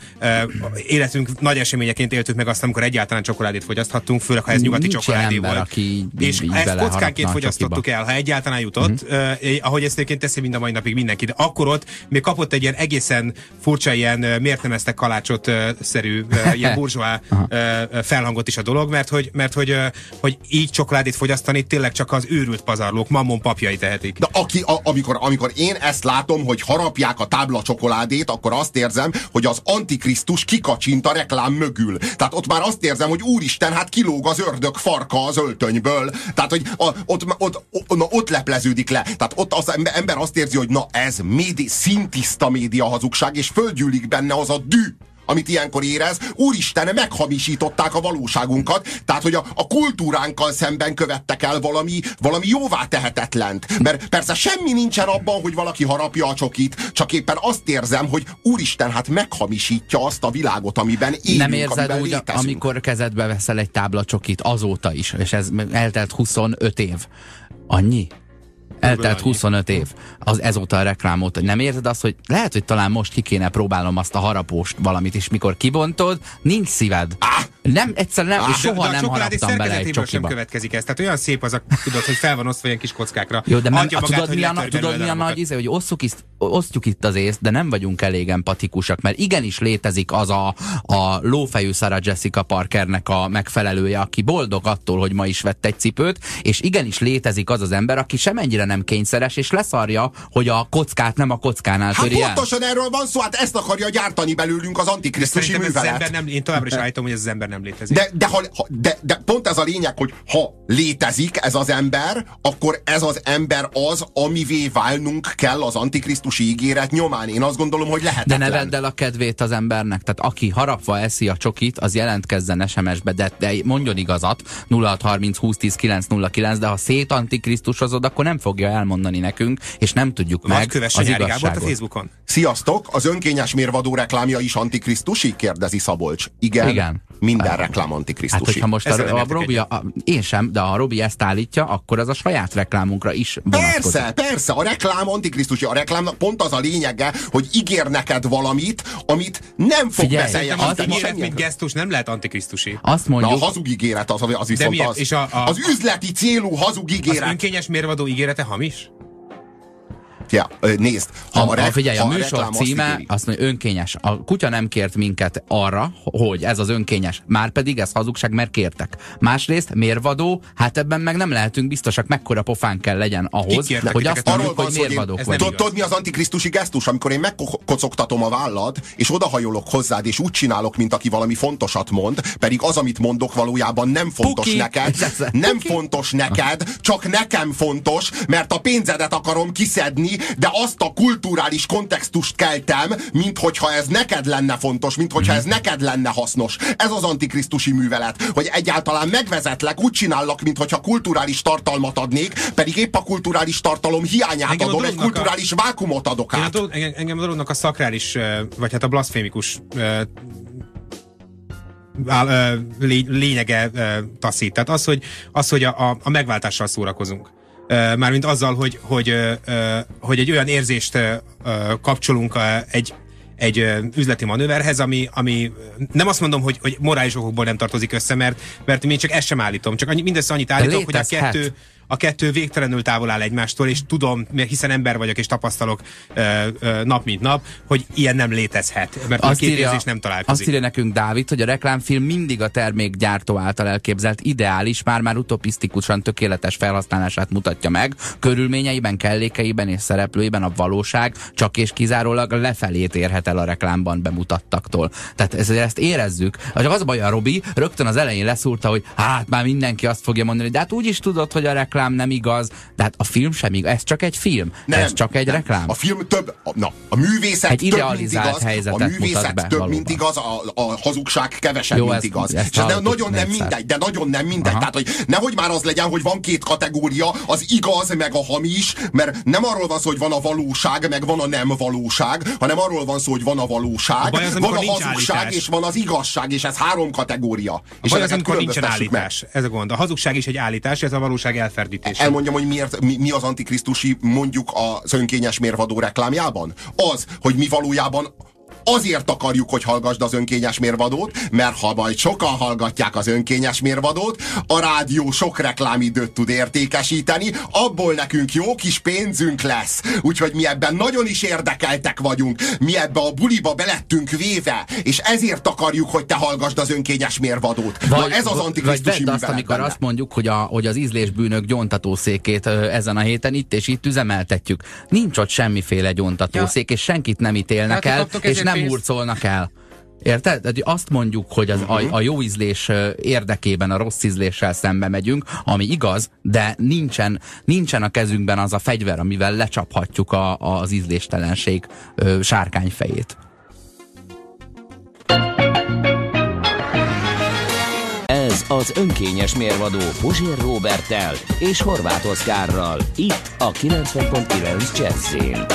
S3: életünk nagy eseményeként éltük meg azt, amikor egyáltalán csokoládét fogyaszthattunk, főleg ha ez nyugati
S2: Nincs
S3: csokoládé
S2: ember,
S3: volt.
S2: Aki így,
S3: és
S2: így
S3: ezt kockánként fogyasztottuk el, ha egyáltalán jutott, mm-hmm. ahogy ezt egyébként teszi mind a mai napig mindenki, de akkor ott még kapott egy ilyen egészen furcsa ilyen miért nem eztek kalácsot szerű ilyen burzsóá felhangot is a dolog, mert hogy, mert hogy, hogy így csokoládét fogyasztani tényleg csak az őrült pazarlók, mammon papjai tehetik.
S1: De aki, a, amikor, amikor én ezt látom, hogy harapják a tábla csokoládét, akkor azt érzem, hogy az Antikrisztus kikacsint a reklám mögül. Tehát ott már azt érzem, hogy úristen, hát kilóg az ördög farka az öltönyből. Tehát, hogy a, ott, ott, ott, na, ott lepleződik le. Tehát ott az ember azt érzi, hogy na ez médi, szintiszta média hazugság, és földgyűlik benne az a dű, amit ilyenkor érez. Úristen, meghamisították a valóságunkat, tehát, hogy a, a kultúránkkal szemben követtek el valami, valami jóvá tehetetlent. Mert persze semmi nincsen abban, hogy valaki harapja a csokit, csak éppen azt érzem, hogy úristen, hát meghamisítja azt a világot, amiben élünk,
S2: nem érzed
S1: amiben
S2: úgy,
S1: létezünk.
S2: amikor kezedbe veszel egy tábla csokit azóta is, és ez eltelt huszonöt év. Annyi? Eltelt huszonöt év. Az ezóta a reklám óta. Nem érzed azt, hogy lehet, hogy talán most ki kéne próbálnom azt a harapóst valamit, és mikor kibontod, nincs szíved. Ah! Nem, egyszerűen nem, ah, és soha nem haraptam bele egy csokiba.
S3: Sem következik ez. Tehát olyan szép az a, tudod, hogy fel van osztva ilyen kis kockákra.
S2: Jó, de nem, magát, tudod, mi a, tudod mi a nagy íze, hogy osszuk is, osztjuk itt az észt, de nem vagyunk elég empatikusak, mert igenis létezik az a, a lófejű Sarah Jessica Parkernek a megfelelője, aki boldog attól, hogy ma is vett egy cipőt, és igenis létezik az az ember, aki semennyire nem kényszeres, és leszarja, hogy a kockát nem a kockánál töri el.
S1: Hát pontosan erről van szó, hát ezt akarja gyártani belőlünk az antikrisztusi művelet.
S3: Nem, én továbbra is állítom, hogy ez az ember nem létezik.
S1: De, de, ha, de, de pont ez a lényeg, hogy ha létezik ez az ember, akkor ez az ember az, amivé válnunk kell az antikrisztusi ígéret nyomán. Én azt gondolom, hogy lehetetlen.
S2: De ne vedd el a kedvét az embernek. Tehát aki harapva eszi a csokit, az jelentkezzen es em es-be, de, de mondjon igazat, nulla hat harminc húsz tíz kilenc nulla kilenc, de ha szét antikrisztusozod, akkor nem fogja elmondani nekünk, és nem tudjuk
S3: Vagy
S2: meg
S3: kövesse
S2: az
S3: Nyári
S2: igazságot.
S3: Gábort a Facebookon.
S1: Sziasztok! Az önkényes mérvadó reklámja is antikrisztusi? Kérdezi Szabolcs. Igen.
S2: Igen.
S1: Minden
S2: Uh,
S1: reklám antikrisztusi.
S2: Hát, hogyha most a, a, a Robi, a, én sem, de ha Robi ezt állítja, akkor az a saját reklámunkra is vonatkozik.
S1: Persze, persze, a reklám antikrisztusi. A reklámnak pont az a lényege, hogy ígér neked valamit, amit nem fog beteljesíteni.
S3: Az ígéret, mint gesztus nem lehet antikrisztusi.
S2: Azt mondjuk...
S1: Na, a hazug ígéret az, az viszont az,
S3: És a, a,
S1: az üzleti célú hazug ígéret.
S3: Az önkényes mérvadó ígérete hamis?
S1: Ja, nézd.
S2: Ha a, a, rek, figyelj, a műsor címe azt, azt mondja, önkényes. A kutya nem kért minket arra, hogy ez az önkényes. Márpedig ez hazugság, mert kértek. Másrészt mérvadó, hát ebben meg nem lehetünk biztosak, mekkora pofán kell legyen ahhoz, hogy azt mondjuk, hogy mérvadók vagyunk.
S1: Tudod mi az antikrisztusi gesztus, amikor én megkocogtatom a vállad, és odahajolok hozzád, és úgy csinálok, mint aki valami fontosat mond, pedig az, amit mondok, valójában nem fontos Puki. neked. Nem Puki. fontos neked, csak nekem fontos, mert a pénzedet akarom kiszedni, de azt a kulturális kontextust keltem, mint hogyha ez neked lenne fontos, mint hogyha ez neked lenne hasznos. Ez az antikrisztusi művelet, hogy egyáltalán megvezetlek, úgy csinállak, mint hogyha kulturális tartalmat adnék, pedig épp a kulturális tartalom hiányát engem adom, egy kulturális a... vákumot adok át.
S3: Engem, engem, engem a dolognak a szakrális, vagy hát a blaszfémikus lényege taszít. Tehát az, hogy, az, hogy a, a, a megváltással szórakozunk. Mármint azzal, hogy, hogy, hogy egy olyan érzést kapcsolunk egy, egy üzleti manőverhez, ami, ami nem azt mondom, hogy, hogy morális okokból nem tartozik össze, mert, mert én csak ezt sem állítom. Csak annyi, mindössze annyit állítok, hogy a kettő, a kettő végtelenül távol áll egymástól, és tudom, hiszen ember vagyok, és tapasztalok ö, ö, nap mint nap, hogy ilyen nem létezhet, mert azt a két írja, érzés nem találkozik.
S2: Azt írja nekünk Dávid, hogy a reklámfilm mindig a termékgyártó által elképzelt ideális, már-már utopisztikusan tökéletes felhasználását mutatja meg, körülményeiben, kellékeiben és szereplőiben a valóság csak és kizárólag lefelét érhet el a reklámban bemutattaktól. Tehát ezért ezt érezzük. Csak az a baj, a Robi rögtön az elején leszúrta, hogy hát már mindenki azt fogja mondani, de hát úgy is tudod, hogy a reklám nem igaz, de hát a film sem igaz. Ez csak egy film. Nem, ez csak egy nem. reklám.
S1: A film több, na, a művészet
S2: egy
S1: több, mint igaz. A művészet
S2: be,
S1: több,
S2: valóban.
S1: mint igaz, a, a hazugság kevesebb,
S2: Jó,
S1: mint
S2: ezt,
S1: igaz.
S2: Ezt
S1: és de nagyon nem mindegy, de nagyon nem mindegy. Aha. Tehát, hogy nehogy már az legyen, hogy van két kategória, az igaz, meg a hamis, mert nem arról van szó, hogy van a valóság, meg van a nem valóság, hanem arról van szó, hogy van a valóság, a az, van a hazugság, állítás. És van az igazság, és ez három kategória.
S3: A és baj az, amikor nincsen állítás. Meg. Ez a gond. A hazugság is egy állítás, ez a valóság elferdítés.
S1: Elmondjam, hogy miért, mi, mi az antikrisztusi, mondjuk az önkényes mérvadó reklámjában? Az, hogy mi valójában azért akarjuk, hogy hallgassd az önkényes mérvadót, mert ha majd sokan hallgatják az önkényes mérvadót, a rádió sok reklámidőt tud értékesíteni, abból nekünk jó kis pénzünk lesz. Úgyhogy mi ebben nagyon is érdekeltek vagyunk. Mi ebbe a buliba belettünk véve, és ezért akarjuk, hogy te hallgassd az önkényes mérvadót.
S2: Vagy,
S1: Na ez az antikrisztusi
S2: művelet azt, amikor benne. Azt mondjuk, hogy, a, hogy az ízlésbűnök gyóntatószékét ö, ezen a héten itt és itt üzemeltetjük. Nincs ott semmiféle gyóntatószék, ja. és senkit nem ítélnek hát, el, és nem pénzt. hurcolnak el. Érted? Tehát azt mondjuk, hogy az, a, a jó ízlés érdekében a rossz ízléssel szembe megyünk, ami igaz, de nincsen, nincsen a kezünkben az a fegyver, amivel lecsaphatjuk a, az ízléstelenség ö, sárkányfejét.
S4: Ez az önkényes mérvadó Puzsér Róberttel és Horváth Oszkárral, itt a kilencven pont kilenc Jazzyn.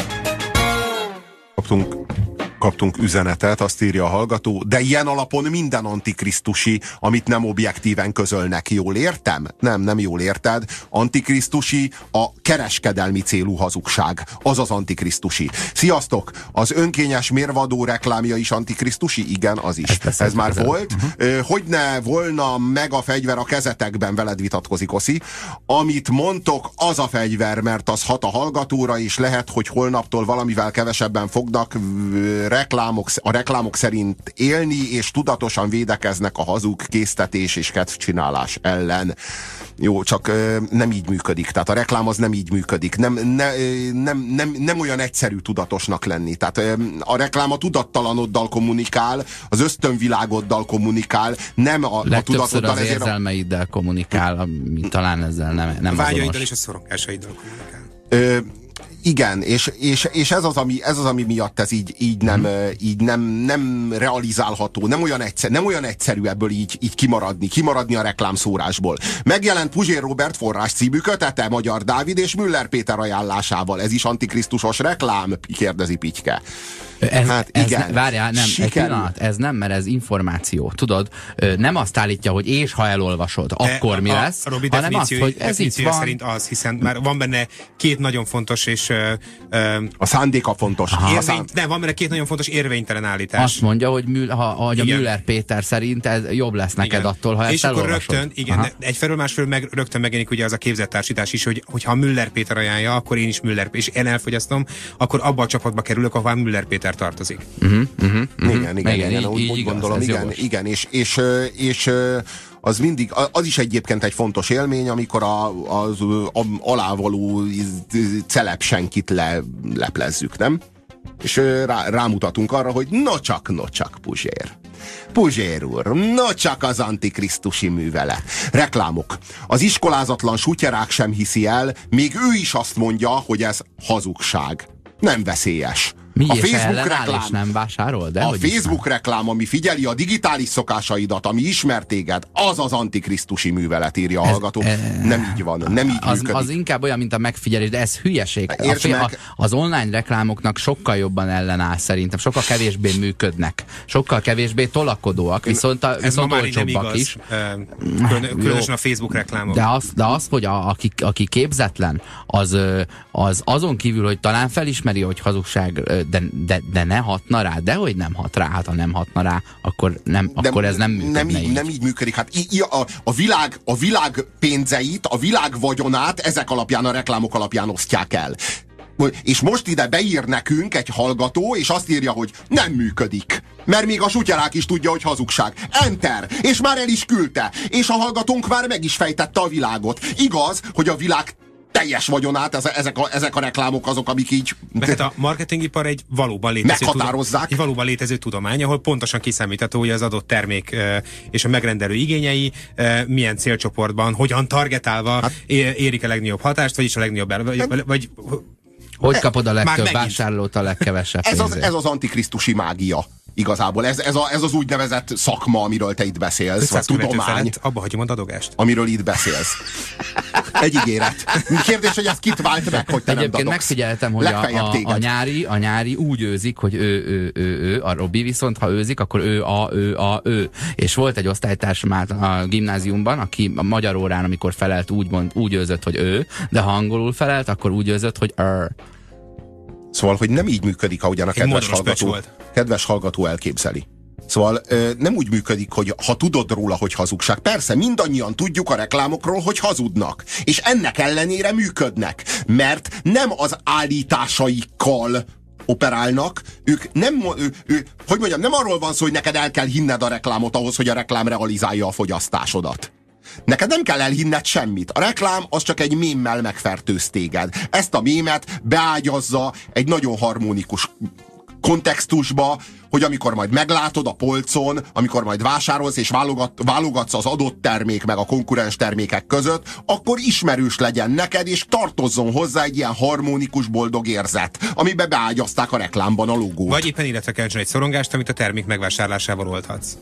S1: Kaptunk Kaptunk üzenetet, azt írja a hallgató, de ilyen alapon minden antikrisztusi, amit nem objektíven közölnek. Jól értem? Nem, nem jól érted. Antikrisztusi a kereskedelmi célú hazugság. Az az antikrisztusi. Sziasztok! Az önkényes mérvadó reklámja is antikrisztusi? Igen, az is. Ez, Ez már ezen. volt. Uh-huh. Hogy ne volna meg a fegyver a kezetekben, veled vitatkozik Oszi. Amit mondtok, az a fegyver, mert az hat a hallgatóra, és lehet, hogy holnaptól valamivel kevesebben fognak reklámok, a reklámok szerint élni, és tudatosan védekeznek a hazug késztetés és kedvcsinálás ellen. Jó, csak ö, nem így működik. Tehát a reklám az nem így működik. Nem, ne, nem, nem, nem olyan egyszerű tudatosnak lenni. Tehát ö, a reklám a tudattalanoddal kommunikál, az ösztönvilágoddal kommunikál, nem a, a tudatoddal.
S2: Az érzelmeiddel kommunikál, ami talán ezzel nem, nem
S3: a vágyaiddal és a szorongásaiddal kommunikál.
S1: Ö, Igen, és, és, és ez, az, ami, ez az, ami miatt ez így, így, nem, hmm. így nem, nem realizálható, nem olyan, egyszer, nem olyan egyszerű ebből így, így kimaradni, kimaradni a reklámszórásból. Megjelent Puzsér Róbert forrás című kötete Magyar Dávid és Müller Péter ajánlásával. Ez is antikrisztusos reklám? Kérdezi Pityke.
S2: Ez, hát igen. Ez, várjál, nem, egy pillanat, ez nem, mert ez információ. Tudod, nem azt állítja, hogy és ha elolvasod, de akkor a, mi lesz,
S3: a Robi
S2: hanem azt, hogy ez itt van.
S3: Szerint az, hiszen már van benne két nagyon fontos és... Uh, uh,
S1: a szándéka fontos.
S3: Érvény, nem, van benne két nagyon fontos érvénytelen állítás.
S2: Azt mondja, hogy, Mül, ha, hogy a Müller Péter szerint ez jobb lesz neked igen. attól, ha ezt és elolvasod. És akkor rögtön, igen, egyfelől másfelől meg rögtön megjelenik ugye az a képzettársítás is, hogy hogyha Müller Péter ajánlja, akkor én is Müller, és én elfogyasztom, akkor abba a csapatba kerülök, ahová Müller Péter tartozik.
S1: Uh-huh, uh-huh, uh-huh. Igen, igen, igen, igen, úgy, úgy igaz, gondolom, igen, igen, és, és, és az mindig, az is egyébként egy fontos élmény, amikor a, az alávaló celeb senkit le, leplezzük, nem? És rá, rámutatunk arra, hogy nocsak, nocsak, Puzsér. Puzsér úr, nocsak az antikrisztusi művelet. Reklámok. Az iskolázatlan sutyerák sem hiszi el, még ő is azt mondja, hogy ez hazugság. Nem veszélyes.
S2: Mi a Facebook reklám, nem vásárol, de
S1: a Facebook reklám, ami figyeli a digitális szokásaidat, ami ismer téged, az az antikrisztusi művelet, írja a hallgató. E, nem így van, nem így
S2: az,
S1: működik.
S2: Az inkább olyan, mint a megfigyelés, de ez hülyeség. A fél, a, az online reklámoknak sokkal jobban ellenáll szerintem, sokkal kevésbé működnek, sokkal kevésbé tolakodóak, viszont, a, viszont olcsóbbak is.
S3: Különösen a Facebook reklámok.
S2: De az, de az hogy a, aki, aki képzetlen, az, az azon kívül, hogy talán felismeri, hogy hazugság, De, de, de ne hatna rá, de hogy nem hat rá, hát ha nem hatna rá, akkor, nem, akkor ez nem működne
S1: nem így,
S2: így.
S1: Nem így működik. Hát a, a, világ, a világ pénzeit, a világ vagyonát ezek alapján, a reklámok alapján osztják el. És most ide beír nekünk egy hallgató, és azt írja, hogy nem működik. Mert még a sutyarák is tudja, hogy hazugság. Enter! És már el is küldte. És a hallgatónk már meg is fejtette a világot. Igaz, hogy a világ teljes vagyonát, ezek a, ezek a reklámok azok, amik így...
S3: Mert a marketingipar egy valóban létező,
S1: meghatározzák.
S3: Tudom, egy valóban létező tudomány, ahol pontosan kiszámítható, hogy az adott termék és a megrendelő igényei milyen célcsoportban, hogyan targetálva hát, érik a legnagyobb hatást, vagyis a legnagyobb... Vagy, vagy,
S2: hogy kapod a legtöbb vásárlót a legkevesebb
S1: ez az, ez az antikrisztusi mágia. Igazából ez, ez, a, ez az úgynevezett szakma, amiről te itt beszélsz, vagy tudomány.
S3: Abba hagyom a dadogást.
S1: Amiről itt beszélsz. Egy ígéret. Kérdés, hogy ez kit vált meg, hogy te
S2: egyébként
S1: nem dadogsz.
S2: Megfigyeltem, hogy a, a, a, nyári, a nyári úgy őzik, hogy ő, ő, ő, ő, a Robi viszont, ha őzik, akkor ő, a, ő, a, ő. És volt egy osztálytársam a gimnáziumban, aki a magyar órán, amikor felelt, úgy, mond, úgy őzött, hogy ő, de ha angolul felelt, akkor úgy őzött, hogy er.
S1: Szóval, hogy nem így működik, ahogyan a kedves hallgató, kedves hallgató elképzeli. Szóval nem úgy működik, hogy ha tudod róla, hogy hazugság. Persze, mindannyian tudjuk a reklámokról, hogy hazudnak. És ennek ellenére működnek. Mert nem az állításaikkal operálnak, ők nem, ő, ő, hogy mondjam, nem arról van szó, hogy neked el kell hinned a reklámot ahhoz, hogy a reklám realizálja a fogyasztásodat. Neked nem kell elhinned semmit. A reklám az csak egy mémmel megfertőz téged. Ezt a mémet beágyazza egy nagyon harmonikus kontextusba, hogy amikor majd meglátod a polcon, amikor majd vásárolsz és válogat, válogatsz az adott termék meg a konkurens termékek között, akkor ismerős legyen neked, és tartozzon hozzá egy ilyen harmonikus, boldog érzet, amiben beágyazták a reklámban a logót.
S3: Vagy éppen illetve kell egy szorongást, amit a termék megvásárlásával oldhatsz.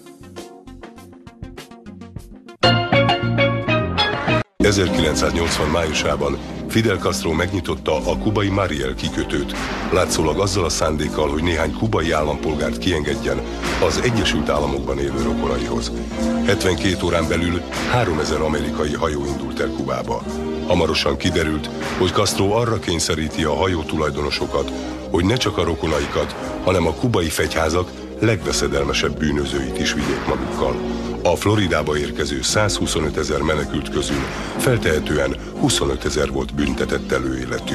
S5: ezerkilencszáznyolcvan májusában Fidel Castro megnyitotta a kubai Mariel kikötőt, látszólag azzal a szándékkal, hogy néhány kubai állampolgárt kiengedjen az Egyesült Államokban élő rokonaihoz. hetvenkét órán belül háromezer amerikai hajó indult el Kubába. Hamarosan kiderült, hogy Castro arra kényszeríti a hajó tulajdonosokat, hogy ne csak a rokonaikat, hanem a kubai fegyházak legveszedelmesebb bűnözőit is vigyék magukkal. A Floridába érkező százhuszonöt ezer menekült közül feltehetően huszonöt ezer volt büntetett előéletű.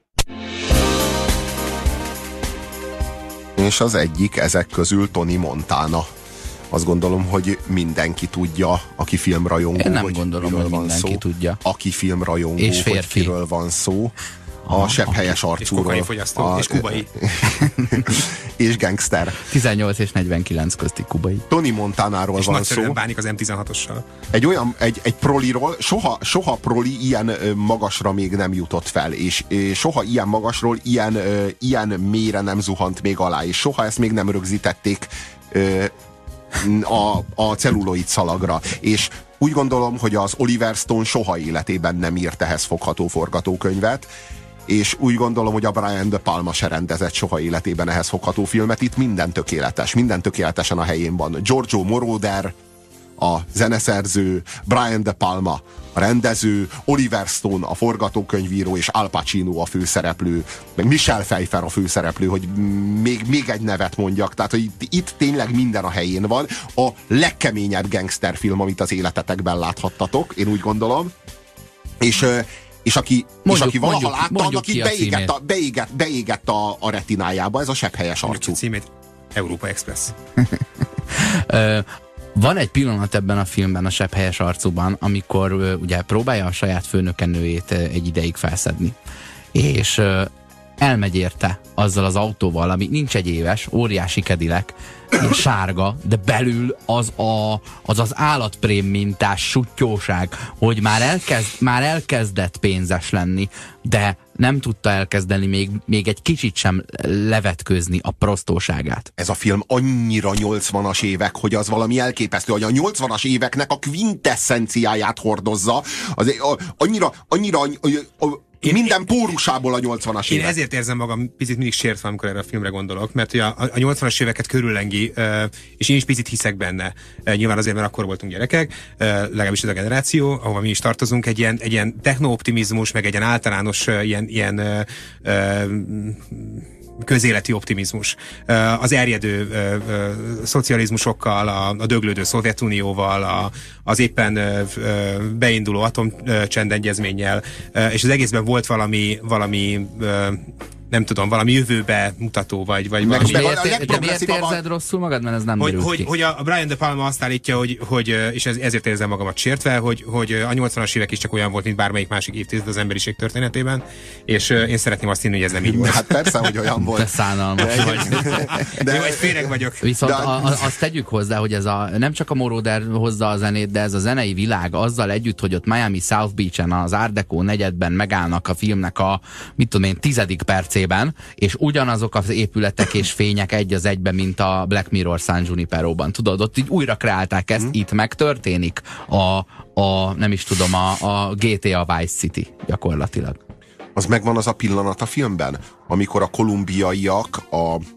S1: És az egyik ezek közül Tony Montana. Azt gondolom, hogy mindenki tudja, aki filmrajongó.
S2: Én nem
S1: hogy
S2: gondolom, hogy mindenki
S1: szó,
S2: tudja.
S1: Aki filmrajongó,
S2: és
S1: hogy kiről van szó. A sebhelyes arcúról.
S3: És kokaifogyasztó, a, és kubai.
S1: És gangster.
S2: tizennyolc és negyvenkilenc közti kubai.
S1: Tony Montanáról
S3: és
S1: van szó.
S3: És nagyszerűen bánik az em tizenhatossal.
S1: Egy olyan, egy, egy proliról, soha, soha proli ilyen magasra még nem jutott fel, és soha ilyen magasról, ilyen, ilyen mélyre nem zuhant még alá, és soha ezt még nem rögzítették a, a celluloid szalagra. És úgy gondolom, hogy az Oliver Stone soha életében nem írt ehhez fogható forgatókönyvet, és úgy gondolom, hogy a Brian De Palma se rendezett soha életében ehhez fogható filmet. Itt minden tökéletes, minden tökéletesen a helyén van. Giorgio Moroder, a zeneszerző, Brian De Palma a rendező, Oliver Stone a forgatókönyvíró, és Al Pacino a főszereplő, meg Michelle Pfeiffer a főszereplő, hogy még, még egy nevet mondjak. Tehát, hogy itt, itt tényleg minden a helyén van. A legkeményebb gangsterfilm, amit az életetekben láthattatok, én úgy gondolom. És És aki, mondjuk, és aki valaha látta, annak itt beégett, a, beégett, beégett a, a retinájába, ez a sebhelyes arcú.
S3: Címét Európa Express.
S2: Van egy pillanat ebben a filmben, a sebhelyes arcúban, amikor uh, ugye próbálja a saját főnökenőjét uh, egy ideig felszedni. És uh, elmegy érte azzal az autóval, ami nincs egy éves, óriási kedilek, sárga, de belül az a, az, az állatprém mintás suttyóság, hogy már, elkezd, már elkezdett pénzes lenni, de nem tudta elkezdeni még, még egy kicsit sem levetkőzni a prostóságát.
S1: Ez a film annyira nyolcvanas évek, hogy az valami elképesztő, hogy a nyolcvanas éveknek a quintesszenciáját hordozza. Az, a, annyira, annyira a, a, Én, minden pórusából a nyolcvanas évek.
S3: Én ezért érzem magam picit mindig sértve, amikor erre a filmre gondolok, mert a, a nyolcvanas éveket körüllengi, és én is picit hiszek benne. Nyilván azért, mert akkor voltunk gyerekek, legalábbis ez a generáció, ahova mi is tartozunk, egy ilyen, egy ilyen technooptimizmus, meg egy ilyen általános ilyen, ilyen ö, ö, közéleti optimizmus. Az erjedő ö, ö, szocializmusokkal, a, a döglődő Szovjetunióval, a, az éppen ö, ö, beinduló atomcsendegyezménnyel, és az egészben volt valami, valami ö, nem tudom, valami jövőbe mutató, vagy, vagy valami...
S2: De miért, de miért érzed rosszul magad? Mert ez nem
S3: hogy,
S2: derült
S3: hogy,
S2: ki.
S3: hogy a Brian De Palma azt állítja, hogy, hogy és ez, ezért érzem magamat sértve, hogy, hogy a nyolcvanas évek is csak olyan volt, mint bármelyik másik évtized az emberiség történetében, és én szeretném azt hinni, hogy ez nem így volt.
S1: Hát persze, hogy olyan volt.
S2: De szánalmas vagy.
S3: De... Jó, egy féreg vagyok.
S2: Viszont
S1: de...
S2: a, a, azt tegyük hozzá, hogy ez a, nem csak a Moroder hozza a zenét, de ez a zenei világ azzal együtt, hogy ott Miami South Beach-en, az Art Deco negyedben megállnak a filmnek a, mit tudom én, tizedik percében, és ugyanazok az épületek és fények egy az egyben, mint a Black Mirror San Juniperóban. Tudod, ott így újra kreálták ezt, mm. itt megtörténik a, a, nem is tudom, a, a gé té á Vice City gyakorlatilag.
S1: Az megvan az a pillanat a filmben, amikor a kolumbiaiak a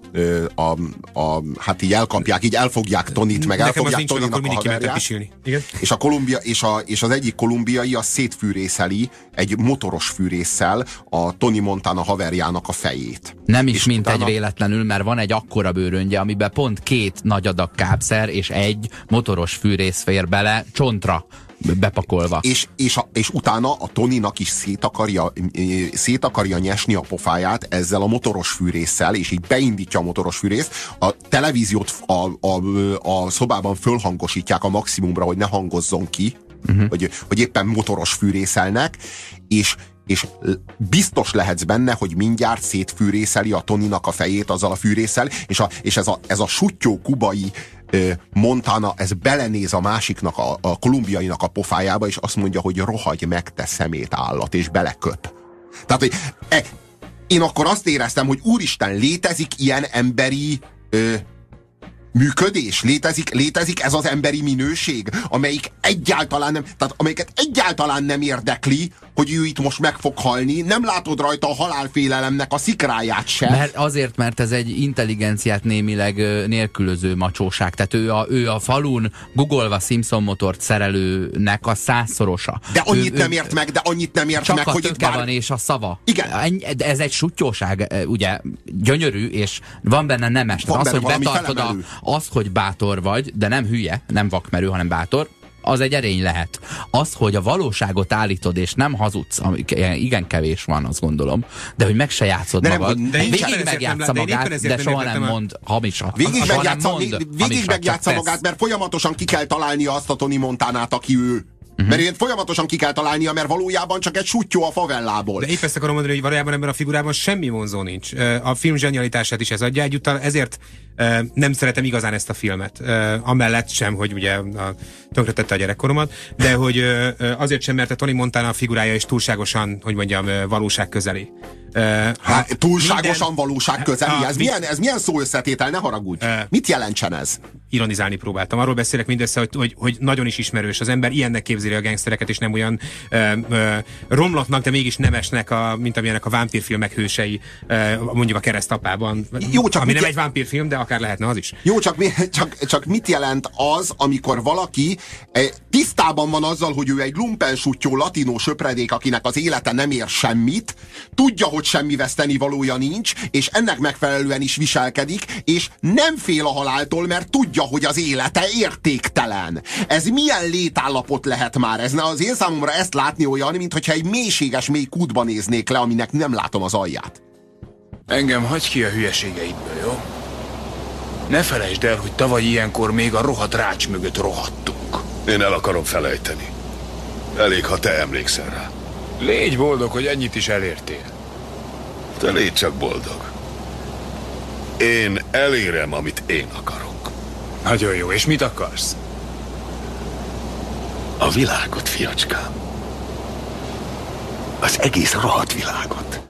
S1: a, a, hát így elkapják, így elfogják Tonit, meg
S3: Nekem
S1: elfogják Toninak a haverját. És, a Kolumbia, és, a, és az egyik kolumbiai az szétfűrészeli egy motoros fűrésszel a Tony Montana haverjának a fejét.
S2: Nem is
S1: és
S2: mint
S1: utána...
S2: egy véletlenül, mert van egy akkora bőröngye, amiben pont két nagy adag kábszer és egy motoros fűrész fér bele csontra bepakolva.
S1: És, és, a, és utána a Tonynak is szét akarja, szét akarja nyesni a pofáját ezzel a motoros fűrésszel, és így beindítja a motoros fűrészt. A televíziót a, a, a szobában fölhangosítják a maximumra, hogy ne hangozzon ki, uh-huh. hogy, hogy éppen motoros fűrészelnek, és és biztos lehetsz benne, hogy mindjárt szétfűrészeli a Tonynak a fejét azzal a fűrésszel, és, a, és ez, a, ez a suttyó kubai Montana, ez belenéz a másiknak, a, a kolumbiainak a pofájába, és azt mondja, hogy rohagy meg, te szemét állat, és beleköp. Tehát, hogy e, én akkor azt éreztem, hogy úristen, létezik ilyen emberi ö, működés? Létezik, létezik ez az emberi minőség, amelyik egyáltalán nem, tehát amelyiket egyáltalán nem érdekli, hogy ő itt most meg fog halni, nem látod rajta a halálfélelemnek a szikráját sem.
S2: Mert azért, mert ez egy intelligenciát némileg nélkülöző macsóság. Tehát ő a, ő a falun googolva Simpson motort szerelőnek a százszorosa.
S1: De annyit
S2: ő,
S1: nem
S2: ő,
S1: ért meg, de annyit nem ért
S2: csak
S1: meg,
S2: a
S1: hogy itt bár...
S2: van és a szava.
S1: Igen.
S2: Ez egy suttyóság, ugye, gyönyörű, és van benne nemes.
S1: Van
S2: az,
S1: benne
S2: hogy betartod a, az, hogy bátor vagy, de nem hülye, nem vakmerő, hanem bátor, az egy erény lehet. Az, hogy a valóságot állítod, és nem hazudsz, ami igen kevés van, azt gondolom, de hogy meg se játszod
S1: de
S2: magad,
S1: nem, de
S2: végig megjátsza magát, de soha nem mond hamisat.
S1: Végig megjátsza, végig megjátsza magát, mert folyamatosan ki kell találnia azt a Tony Montanát, aki ő. Uh-huh. Mert folyamatosan ki kell találnia, mert valójában csak egy suttyó a favellából.
S3: De épp ezt akarom mondani, hogy valójában ebben a figurában semmi vonzó nincs. A film zsenialitását is ez adja egyúttal, ezért nem szeretem igazán ezt a filmet. Amellett sem, hogy ugye tönkretette a gyerekkoromat, de hogy azért sem, mert a Tony Montana a figurája is túlságosan, hogy mondjam, valóság közeli.
S1: Hát, túlságosan minden... valóság közeli? Ez, milyen, ez milyen szó összetétel, ne haragudj. Uh, Mit jelentsen ez?
S3: Ironizálni próbáltam. Arról beszélek mindössze, hogy, hogy, hogy nagyon is ismerős az ember, ilyennek képzeli a gangstereket, és nem olyan uh, uh, romlottnak, de mégis nemesnek, a, mint amilyenek a vámpírfilmek hősei, uh, mondjuk a Keresztapában. Jó, csak ami nem egy vámpírfilm, de akár lehetne az is.
S1: Jó, csak, mi, csak, csak mit jelent az, amikor valaki eh, tisztában van azzal, hogy ő egy lumpensuttyó latinó söpredék, akinek az élete nem ér semmit, tudja, hogy semmi vesztenivalója nincs, és ennek megfelelően is viselkedik, és nem fél a haláltól, mert tudja, hogy az élete értéktelen. Ez milyen létállapot lehet már? Ez az én számomra ezt látni olyan, mintha egy mélységes mély kútba néznék le, aminek nem látom az alját.
S6: Engem hagyj ki a hülyeségeidből, jó? Ne felejtsd el, hogy tavaly ilyenkor még a rohadt rács mögött rohadtunk.
S5: Én el akarom felejteni. Elég, ha te emlékszel rá.
S6: Légy boldog, hogy ennyit is elértél.
S5: Te légy csak boldog. Én elérem, amit én akarok.
S6: Nagyon jó, és mit akarsz?
S5: A világot, fiacskám. Az egész rohadt világot.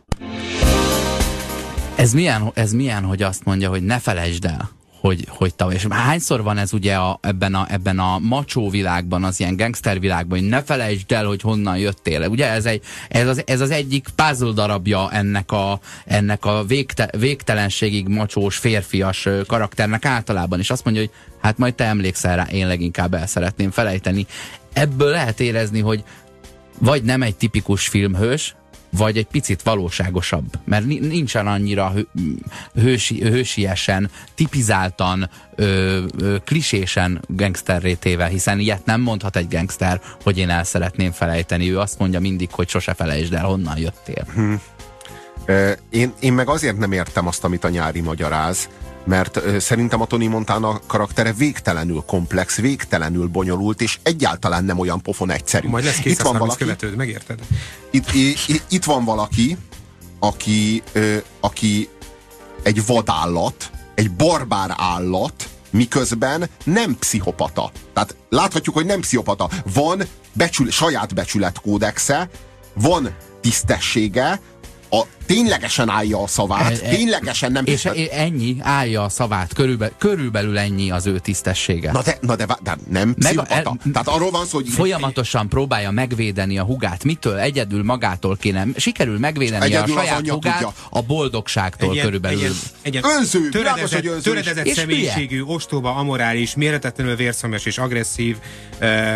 S2: Ez milyen, ez milyen, hogy azt mondja, hogy ne felejtsd el, hogy, hogy tavaly. És hányszor van ez ugye a, ebben, a, ebben a macsó világban, az ilyen gangster világban, hogy ne felejtsd el, hogy honnan jöttél. Ugye ez, egy, ez, az, ez az egyik puzzle darabja ennek a, ennek a végte, végtelenségig macsós, férfias karakternek általában. És azt mondja, hogy hát majd te emlékszel rá, én leginkább el szeretném felejteni. Ebből lehet érezni, hogy vagy nem egy tipikus filmhős, vagy egy picit valóságosabb. Mert nincsen annyira hő, hősi, hősiesen, tipizáltan, ö, ö, klisésen gangsterré téve, hiszen ilyet nem mondhat egy gangster, hogy én el szeretném felejteni. Ő azt mondja mindig, hogy sose felejtsd el, honnan jöttél.
S1: Hmm. Én, én meg azért nem értem azt, amit a Nyári magyaráz, mert ö, szerintem a Tony Montana karaktere végtelenül komplex, végtelenül bonyolult, és egyáltalán nem olyan pofon egyszerű.
S3: Majd lesz kétszázharminc követőd, megérted?
S1: Itt, itt, itt van valaki, aki, ö, aki egy vadállat, egy barbár állat, miközben nem pszichopata. Tehát láthatjuk, hogy nem pszichopata. Van becsül, saját becsületkódexe, van tisztessége, a, ténylegesen állja a szavát,
S2: e,
S1: ténylegesen nem...
S2: És ennyi, állja a szavát, körülbelül, körülbelül ennyi az ő tisztessége.
S1: Na de, na de, de nem pszichopata. El, Tehát arról van szó, hogy...
S2: Folyamatosan próbálja megvédeni a hugát. Mitől? Egyedül magától kéne. Sikerül megvédeni egyedül a saját hugát tudja. A boldogságtól egy körülbelül.
S3: Egy, egy, egy
S1: önző,
S3: töredezett,
S1: világos, önző
S3: töredezett személyiségű, ostoba, amorális, méretetlenül vérszomjas és agresszív, uh,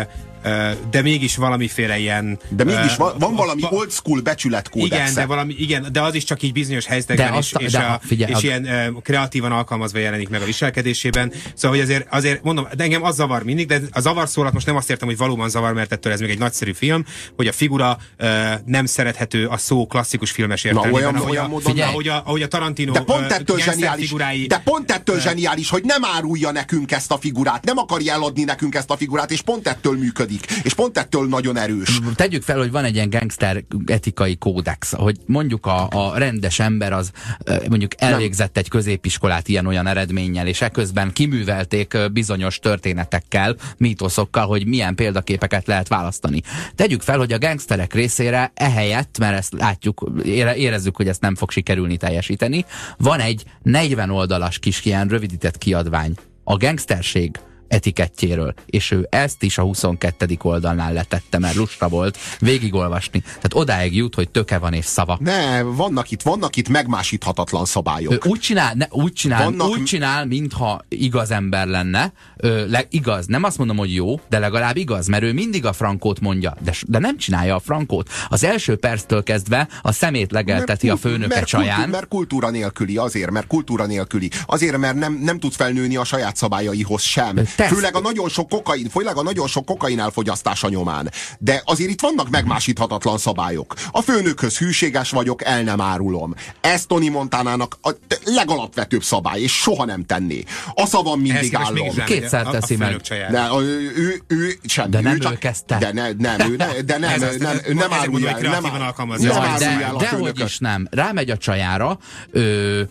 S3: de mégis valamiféle ilyen...
S1: De mégis van, van valami uh, old school becsületkódexe.
S3: Igen, de valami, igen, de az is csak így bizonyos helyzetekben, és, és, de, a, figyelj, és a... ilyen uh, kreatívan alkalmazva jelenik meg a viselkedésében. Szóval, hogy azért, azért mondom, de engem az zavar mindig, de a zavar szólat most nem azt értem, hogy valóban zavar, mert ettől ez még egy nagyszerű film, hogy a figura uh, nem szerethető a szó klasszikus filmes értelmében.
S1: Olyan,
S3: ahogy,
S1: olyan
S3: a,
S1: módon,
S3: ahogy, a, ahogy a Tarantino
S1: de pont ettől
S3: uh,
S1: zseniális,
S3: figurái,
S1: de pont ettől
S3: uh,
S1: zseniális, hogy nem árulja nekünk ezt a figurát, nem akarja eladni nekünk ezt a figurát, és pont ettől működik. És pont ettől nagyon erős.
S2: Tegyük fel, hogy van egy ilyen gangster etikai kódex, hogy mondjuk a, a rendes ember az mondjuk elvégzett nem. egy középiskolát ilyen-olyan eredménnyel, és eközben kiművelték bizonyos történetekkel, mítoszokkal, hogy milyen példaképeket lehet választani. Tegyük fel, hogy a gangsterek részére ehelyett, mert ezt látjuk, érezzük, hogy ezt nem fog sikerülni teljesíteni, van egy negyven oldalas kis ilyen rövidített kiadvány. A gangsterség etikettjéről, és ő ezt is a huszonkettedik oldalnál letette, mert lusta volt végigolvasni. Tehát odáig jut, hogy töke van és szava.
S1: Ne, vannak itt, vannak itt megmásíthatatlan szabályok.
S2: Ő úgy csinál, ne, úgy csinál,
S1: vannak...
S2: úgy csinál, mintha igaz ember lenne. Ö, le, igaz, nem azt mondom, hogy jó, de legalább igaz, mert ő mindig a frankót mondja, de, de nem csinálja a frankót. Az első perctől kezdve a szemét legelteti mert, a főnöke mert csaján.
S1: Kultúra, mert kultúra nélküli, azért, mert kultúra nélküli. Azért, mert nem, nem tud felnőni a saját szabályaihoz sem. Tesz. Főleg a nagyon sok kokain, főleg a nagyon sok kokain elfogyasztása nyomán. De azért itt vannak megmásíthatatlan szabályok. A főnökhöz hűséges vagyok, el nem árulom. Ez Tony Montanának a legalapvetőbb szabály, és soha nem tenné. A szavam mindig állom.
S2: Kétszer teszi meg.
S1: Ne, ő, ő, ő sem.
S2: De nem
S1: ő, csak,
S2: ő kezdte.
S1: De, ne, nem, ő, ne, de nem, nem, nem, nem árulja el. Nem, nem
S2: árulja el a főnököt. Dehogy is nem. Rámegy a csajára, ő,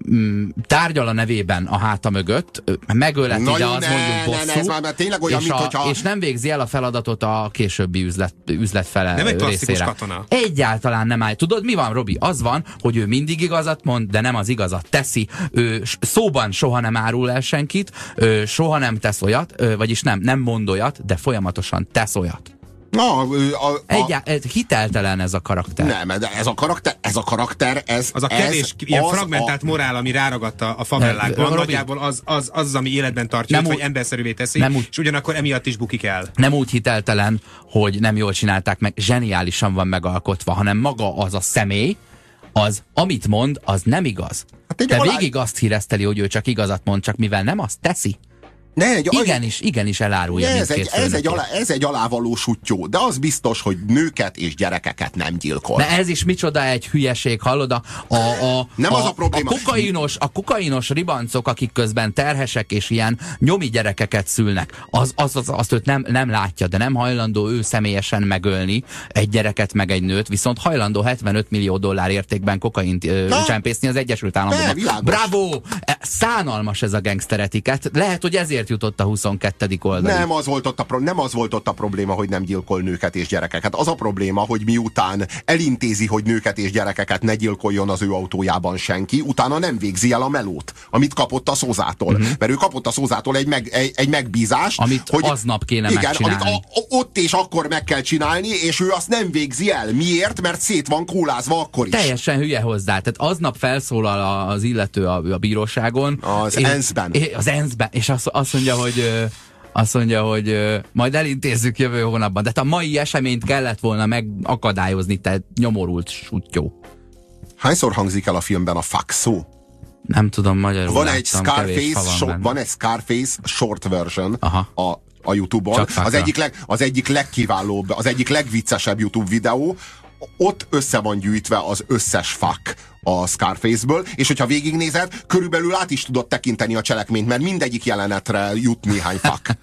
S2: tárgyal a nevében a háta mögött, megöleti, de az ne, mondjuk bosszú, ne, ne, ez már tényleg olyan, és, mint, a, hogyha... és nem végzi el a feladatot a későbbi üzlet, üzlet fele
S3: nem egy klasszikus
S2: részére.
S3: Katona.
S2: Egyáltalán nem áll. Tudod, mi van, Robi? Az van, hogy ő mindig igazat mond, de nem az igazat teszi. Ő szóban soha nem árul el senkit, ő soha nem tesz olyat, vagyis nem, nem mond olyat, de folyamatosan tesz olyat.
S1: Na, a, a,
S2: Egyá, ez hiteltelen ez a karakter.
S1: Nem, de ez a karakter, ez a karakter, ez...
S3: Az a kevés,
S1: ez,
S3: ilyen
S1: az
S3: fragmentált
S1: a...
S3: morál, ami ráragadt a, a favellákban, nagyjából az, az, az, ami életben tartja, úgy, hogy emberszerűvé teszi, úgy, és ugyanakkor emiatt is bukik el. Nem
S2: úgy hiteltelen, hogy nem jól csinálták meg, zseniálisan van megalkotva, hanem maga az a személy, az, amit mond, az nem igaz. Hát de alá... végig azt híreszteli, hogy ő csak igazat mond, csak mivel nem azt teszi, Ne, egy igenis, igenis elárulja
S1: ez egy, ez, egy alá, ez egy alávaló sutyó, de az biztos, hogy nőket és gyerekeket nem gyilkol.
S2: De ez is micsoda egy hülyeség, hallod? A, a, a,
S1: nem
S2: a,
S1: az a probléma.
S2: A kokainos, a kokainos ribancok, akik közben terhesek és ilyen nyomi gyerekeket szülnek, az, az, az, azt őt nem, nem látja, de nem hajlandó ő személyesen megölni egy gyereket meg egy nőt, viszont hajlandó hetvenöt millió dollár értékben kokaint ö, csempészni az Egyesült Államokban. Bravo! Szánalmas ez a gangsteretiket. Lehet, hogy ezért jutott a huszonkettedik oldalig.
S1: Nem az, volt ott a pro- nem az volt ott a probléma, hogy nem gyilkol nőket és gyerekeket. Az a probléma, hogy miután elintézi, hogy nőket és gyerekeket ne gyilkoljon az ő autójában senki, utána nem végzi el a melót, amit kapott a szózától. Uh-huh. Mert ő kapott a szózától egy, meg, egy, egy megbízást,
S2: amit
S1: hogy
S2: aznap kéne
S1: igen,
S2: megcsinálni.
S1: Amit a, ott és akkor meg kell csinálni, és ő azt nem végzi el. Miért? Mert szét van kólázva akkor is.
S2: Teljesen hülye hozzá. Tehát aznap felszólal az illető a, a bíróságon.
S1: Az é ENSZ-ben.
S2: Az ENSZ-ben. És azt, azt mondja, hogy azt mondja, hogy majd elintézzük jövő hónapban. Tehát a mai eseményt kellett volna megakadályozni, tehát nyomorult sutyó.
S1: Hányszor hangzik el a filmben a fuck szó?
S2: Nem tudom, magyarul
S1: van
S2: láttam,
S1: egy Scarface, so, van egy Scarface short version a, a YouTube-on. Az egyik, leg, az egyik legkiválóbb, az egyik legviccesebb YouTube videó. Ott össze van gyűjtve az összes fuck a Scarface-ből, és hogyha végignézed, körülbelül át is tudod tekinteni a cselekményt, mert mindegyik jelenetre jut néhány fuck.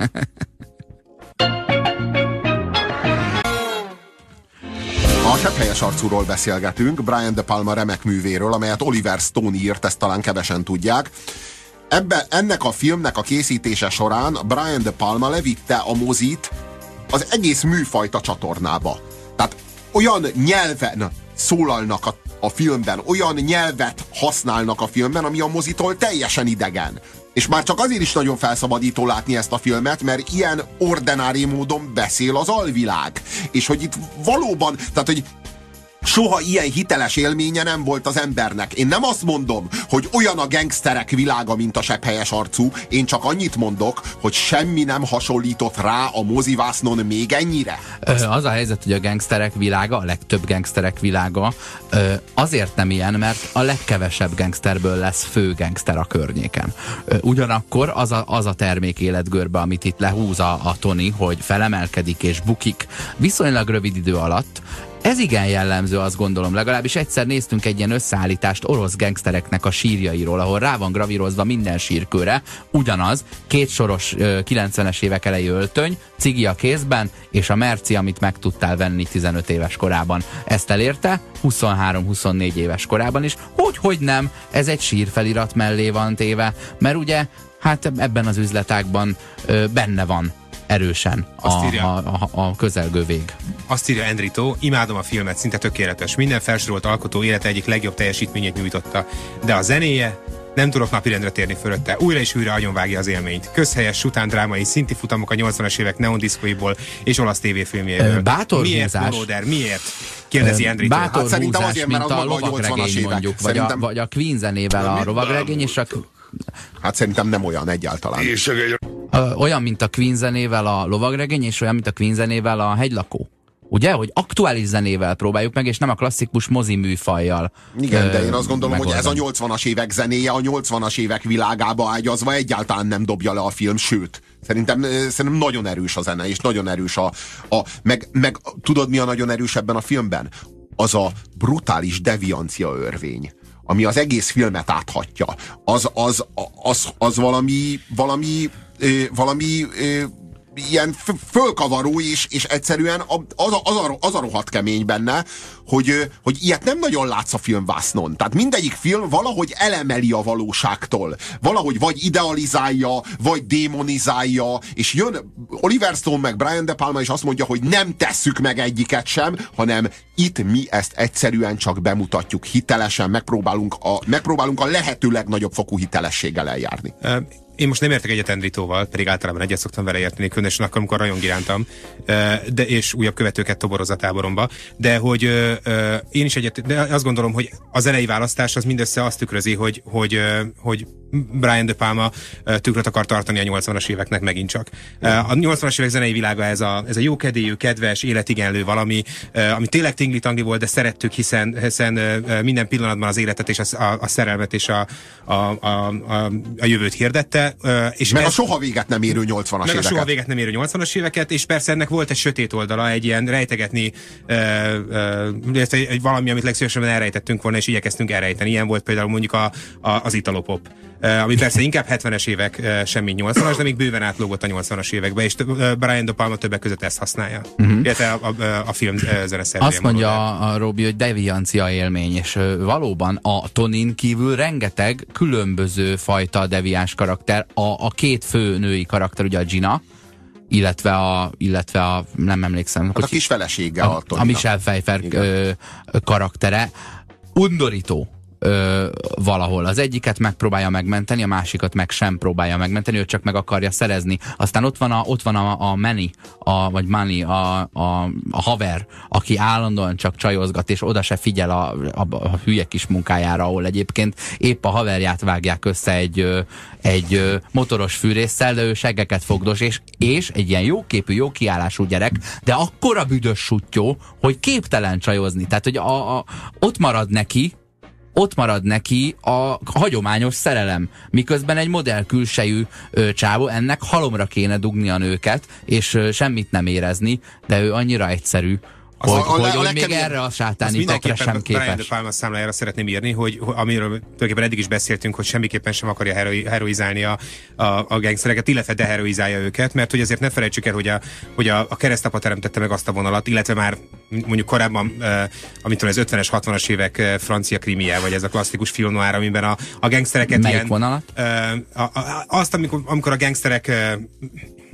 S1: A Sepphelyes arcúról beszélgetünk, Brian De Palma remek művéről, amelyet Oliver Stone írt, ezt talán kevesen tudják. Ebbe, ennek a filmnek a készítése során Brian De Palma levitte a mozit az egész műfajta csatornába. Tehát olyan nyelven szólalnak a a filmben, olyan nyelvet használnak a filmben, ami a mozitól teljesen idegen. És már csak azért is nagyon felszabadító látni ezt a filmet, mert ilyen ordinári módon beszél az alvilág. És hogy itt valóban, tehát hogy soha ilyen hiteles élménye nem volt az embernek. Én nem azt mondom, hogy olyan a gengszterek világa, mint a sepphelyes arcú, én csak annyit mondok, hogy semmi nem hasonlított rá a mozivásznon még ennyire.
S2: Az a helyzet, hogy a gengszterek világa, a legtöbb gengszterek világa azért nem ilyen, mert a legkevesebb gengszterből lesz fő gengszter a környéken. Ugyanakkor az a, az a termék életgörbe, amit itt lehúz a, a Tony, hogy felemelkedik és bukik viszonylag rövid idő alatt, ez igen jellemző, azt gondolom. Legalábbis egyszer néztünk egy ilyen összeállítást orosz gengsztereknek a sírjairól, ahol rá van gravírozva minden sírkőre, ugyanaz, két soros kilencvenes évek elejé öltöny, cigi a kézben, és a merci, amit meg tudtál venni tizenöt éves korában. Ezt elérte huszonhárom-huszonnégy éves korában is. Hogy, hogy nem, ez egy sírfelirat mellé van téve, mert ugye, hát ebben az üzletágban ö, benne van erősen a, a, a, a közelgő vég.
S3: Azt írja Endrito, imádom a filmet, szinte tökéletes. Minden felsorolt alkotó élete egyik legjobb teljesítményét nyújtotta. De a zenéje, nem tudok napirendre térni fölötte. Újra és újra agyonvágja az élményt. Közhelyes, sután drámai, szinti futamok a nyolcvanas évek neondiszkóiból és olasz tévéfilmjéből.
S2: Bátor
S3: miért, Moroder, miért? Kérdezi Endrito.
S2: Bátor hát szerintem azért, mert mint a lovagregény mondjuk, vagy, szerintem... a, vagy a Queen zenével a lovagregény, és a...
S1: Hát szerintem nem olyan egyáltalán.
S2: Olyan, mint a Queen zenével a lovagregény, és olyan, mint a Queen zenével a hegylakó. Ugye, hogy aktuális zenével próbáljuk meg, és nem a klasszikus mozi műfajjal.
S1: Igen, ö, de én azt gondolom, megoldani. Hogy ez a nyolcvanas évek zenéje, a nyolcvanas évek világába ágyazva egyáltalán nem dobja le a film, sőt, szerintem, szerintem nagyon erős a zene, és nagyon erős a... a meg, meg tudod, mi a nagyon erős ebben a filmben? Az a brutális deviancia örvény, ami az egész filmet áthatja. Az, az, az, az valami, valami, valami ilyen fölkavaró, és, és egyszerűen az a, az, a, az a rohadt kemény benne, hogy, hogy ilyet nem nagyon látsz a filmvásznon. Tehát mindegyik film valahogy elemeli a valóságtól. Valahogy vagy idealizálja, vagy démonizálja, és jön Oliver Stone meg Brian De Palma, és azt mondja, hogy nem tesszük meg egyiket sem, hanem itt mi ezt egyszerűen csak bemutatjuk hitelesen, megpróbálunk a, megpróbálunk a lehető legnagyobb fokú hitelességgel eljárni.
S3: Én most nem értek egyet Endritóval, pedig általában egyet szoktam vele érteni, különösen akkor, amikor rajong irántam, de, és újabb követőket toboroz a táboromba, de hogy én is egyet, de azt gondolom, hogy a zenei választás az mindössze azt tükrözi, hogy, hogy, hogy Brian De Palma tükröt akar tartani a nyolcvanas éveknek megint csak. A nyolcvanas évek zenei világa ez a, ez a jókedélyű, kedves, életigenlő valami, ami tényleg tingli-tangli volt, de szerettük, hiszen, hiszen minden pillanatban az életet és a, a, a szerelmet és a, a, a, a, a jövőt hirdette. És
S1: meg
S3: ez,
S1: a soha véget nem érő nyolcvanas
S3: meg
S1: éveket.
S3: a soha véget nem érő nyolcvanas éveket, és persze ennek volt egy sötét oldala, egy ilyen rejtegetni uh, uh, egy valami, amit legszívesebben elrejtettünk volna, és igyekeztünk elrejteni. Ilyen volt például mondjuk a, a, az italopop. Uh, ami persze inkább hetvenes évek, uh, semmi nyolcvanas, de még bőven átlógott a nyolcvanas évekbe, és uh, Brian De Palma többek között ezt használja. Uh-huh. Illetve a, a, a film uh, zeneszerzője.
S2: Azt mondja a, a Robi, hogy deviancia élmény, és uh, valóban a Tonin kívül rengeteg különböző fajta deviáns karakter, a, a két fő női karakter, ugye a Gina, illetve a, illetve a nem emlékszem.
S1: Hát a kis felesége a,
S2: a, a Michelle Pfeiffer ö, karaktere. Undorító. Ö, valahol. Az egyiket megpróbálja megmenteni, a másikat meg sem próbálja megmenteni, ő csak meg akarja szerezni. Aztán ott van a, ott van a, a Manny, a, vagy Manny, a, a, a haver, aki állandóan csak csajozgat, és oda se figyel a, a, a hülye kis munkájára, ahol egyébként épp a haverját vágják össze egy, egy motoros fűrésszel, de ő seggeket fogdos, és, és egy ilyen jóképű, jó kiállású gyerek, de akkora büdös suttyó, hogy képtelen csajozni. Tehát, hogy a, a, ott marad neki, ott marad neki a hagyományos szerelem, miközben egy modell külsejű ö, csávó, ennek halomra kéne dugni a nőket, és ö, semmit nem érezni, de ő annyira egyszerű, hogy, a, a, hogy, a hogy még erre a sátáni tekre sem képes.
S3: Brian De Palma számlájára szeretném írni, hogy amiről tulajdonképpen eddig is beszéltünk, hogy semmiképpen sem akarja heroi, heroizálni a, a, a gangstereket, illetve deheroizálja őket, mert hogy azért ne felejtsük el, hogy a, hogy a, a keresztapa teremtette meg azt a vonalat, illetve már mondjuk korábban, uh, amit az ötvenes, hatvanas évek uh, francia krimije, vagy ez a klasszikus film noir, amiben a, a gangstereket
S2: melyik
S3: ilyen...
S2: vonalat?
S3: Uh, a, a, azt, amikor, amikor a gangsterek uh,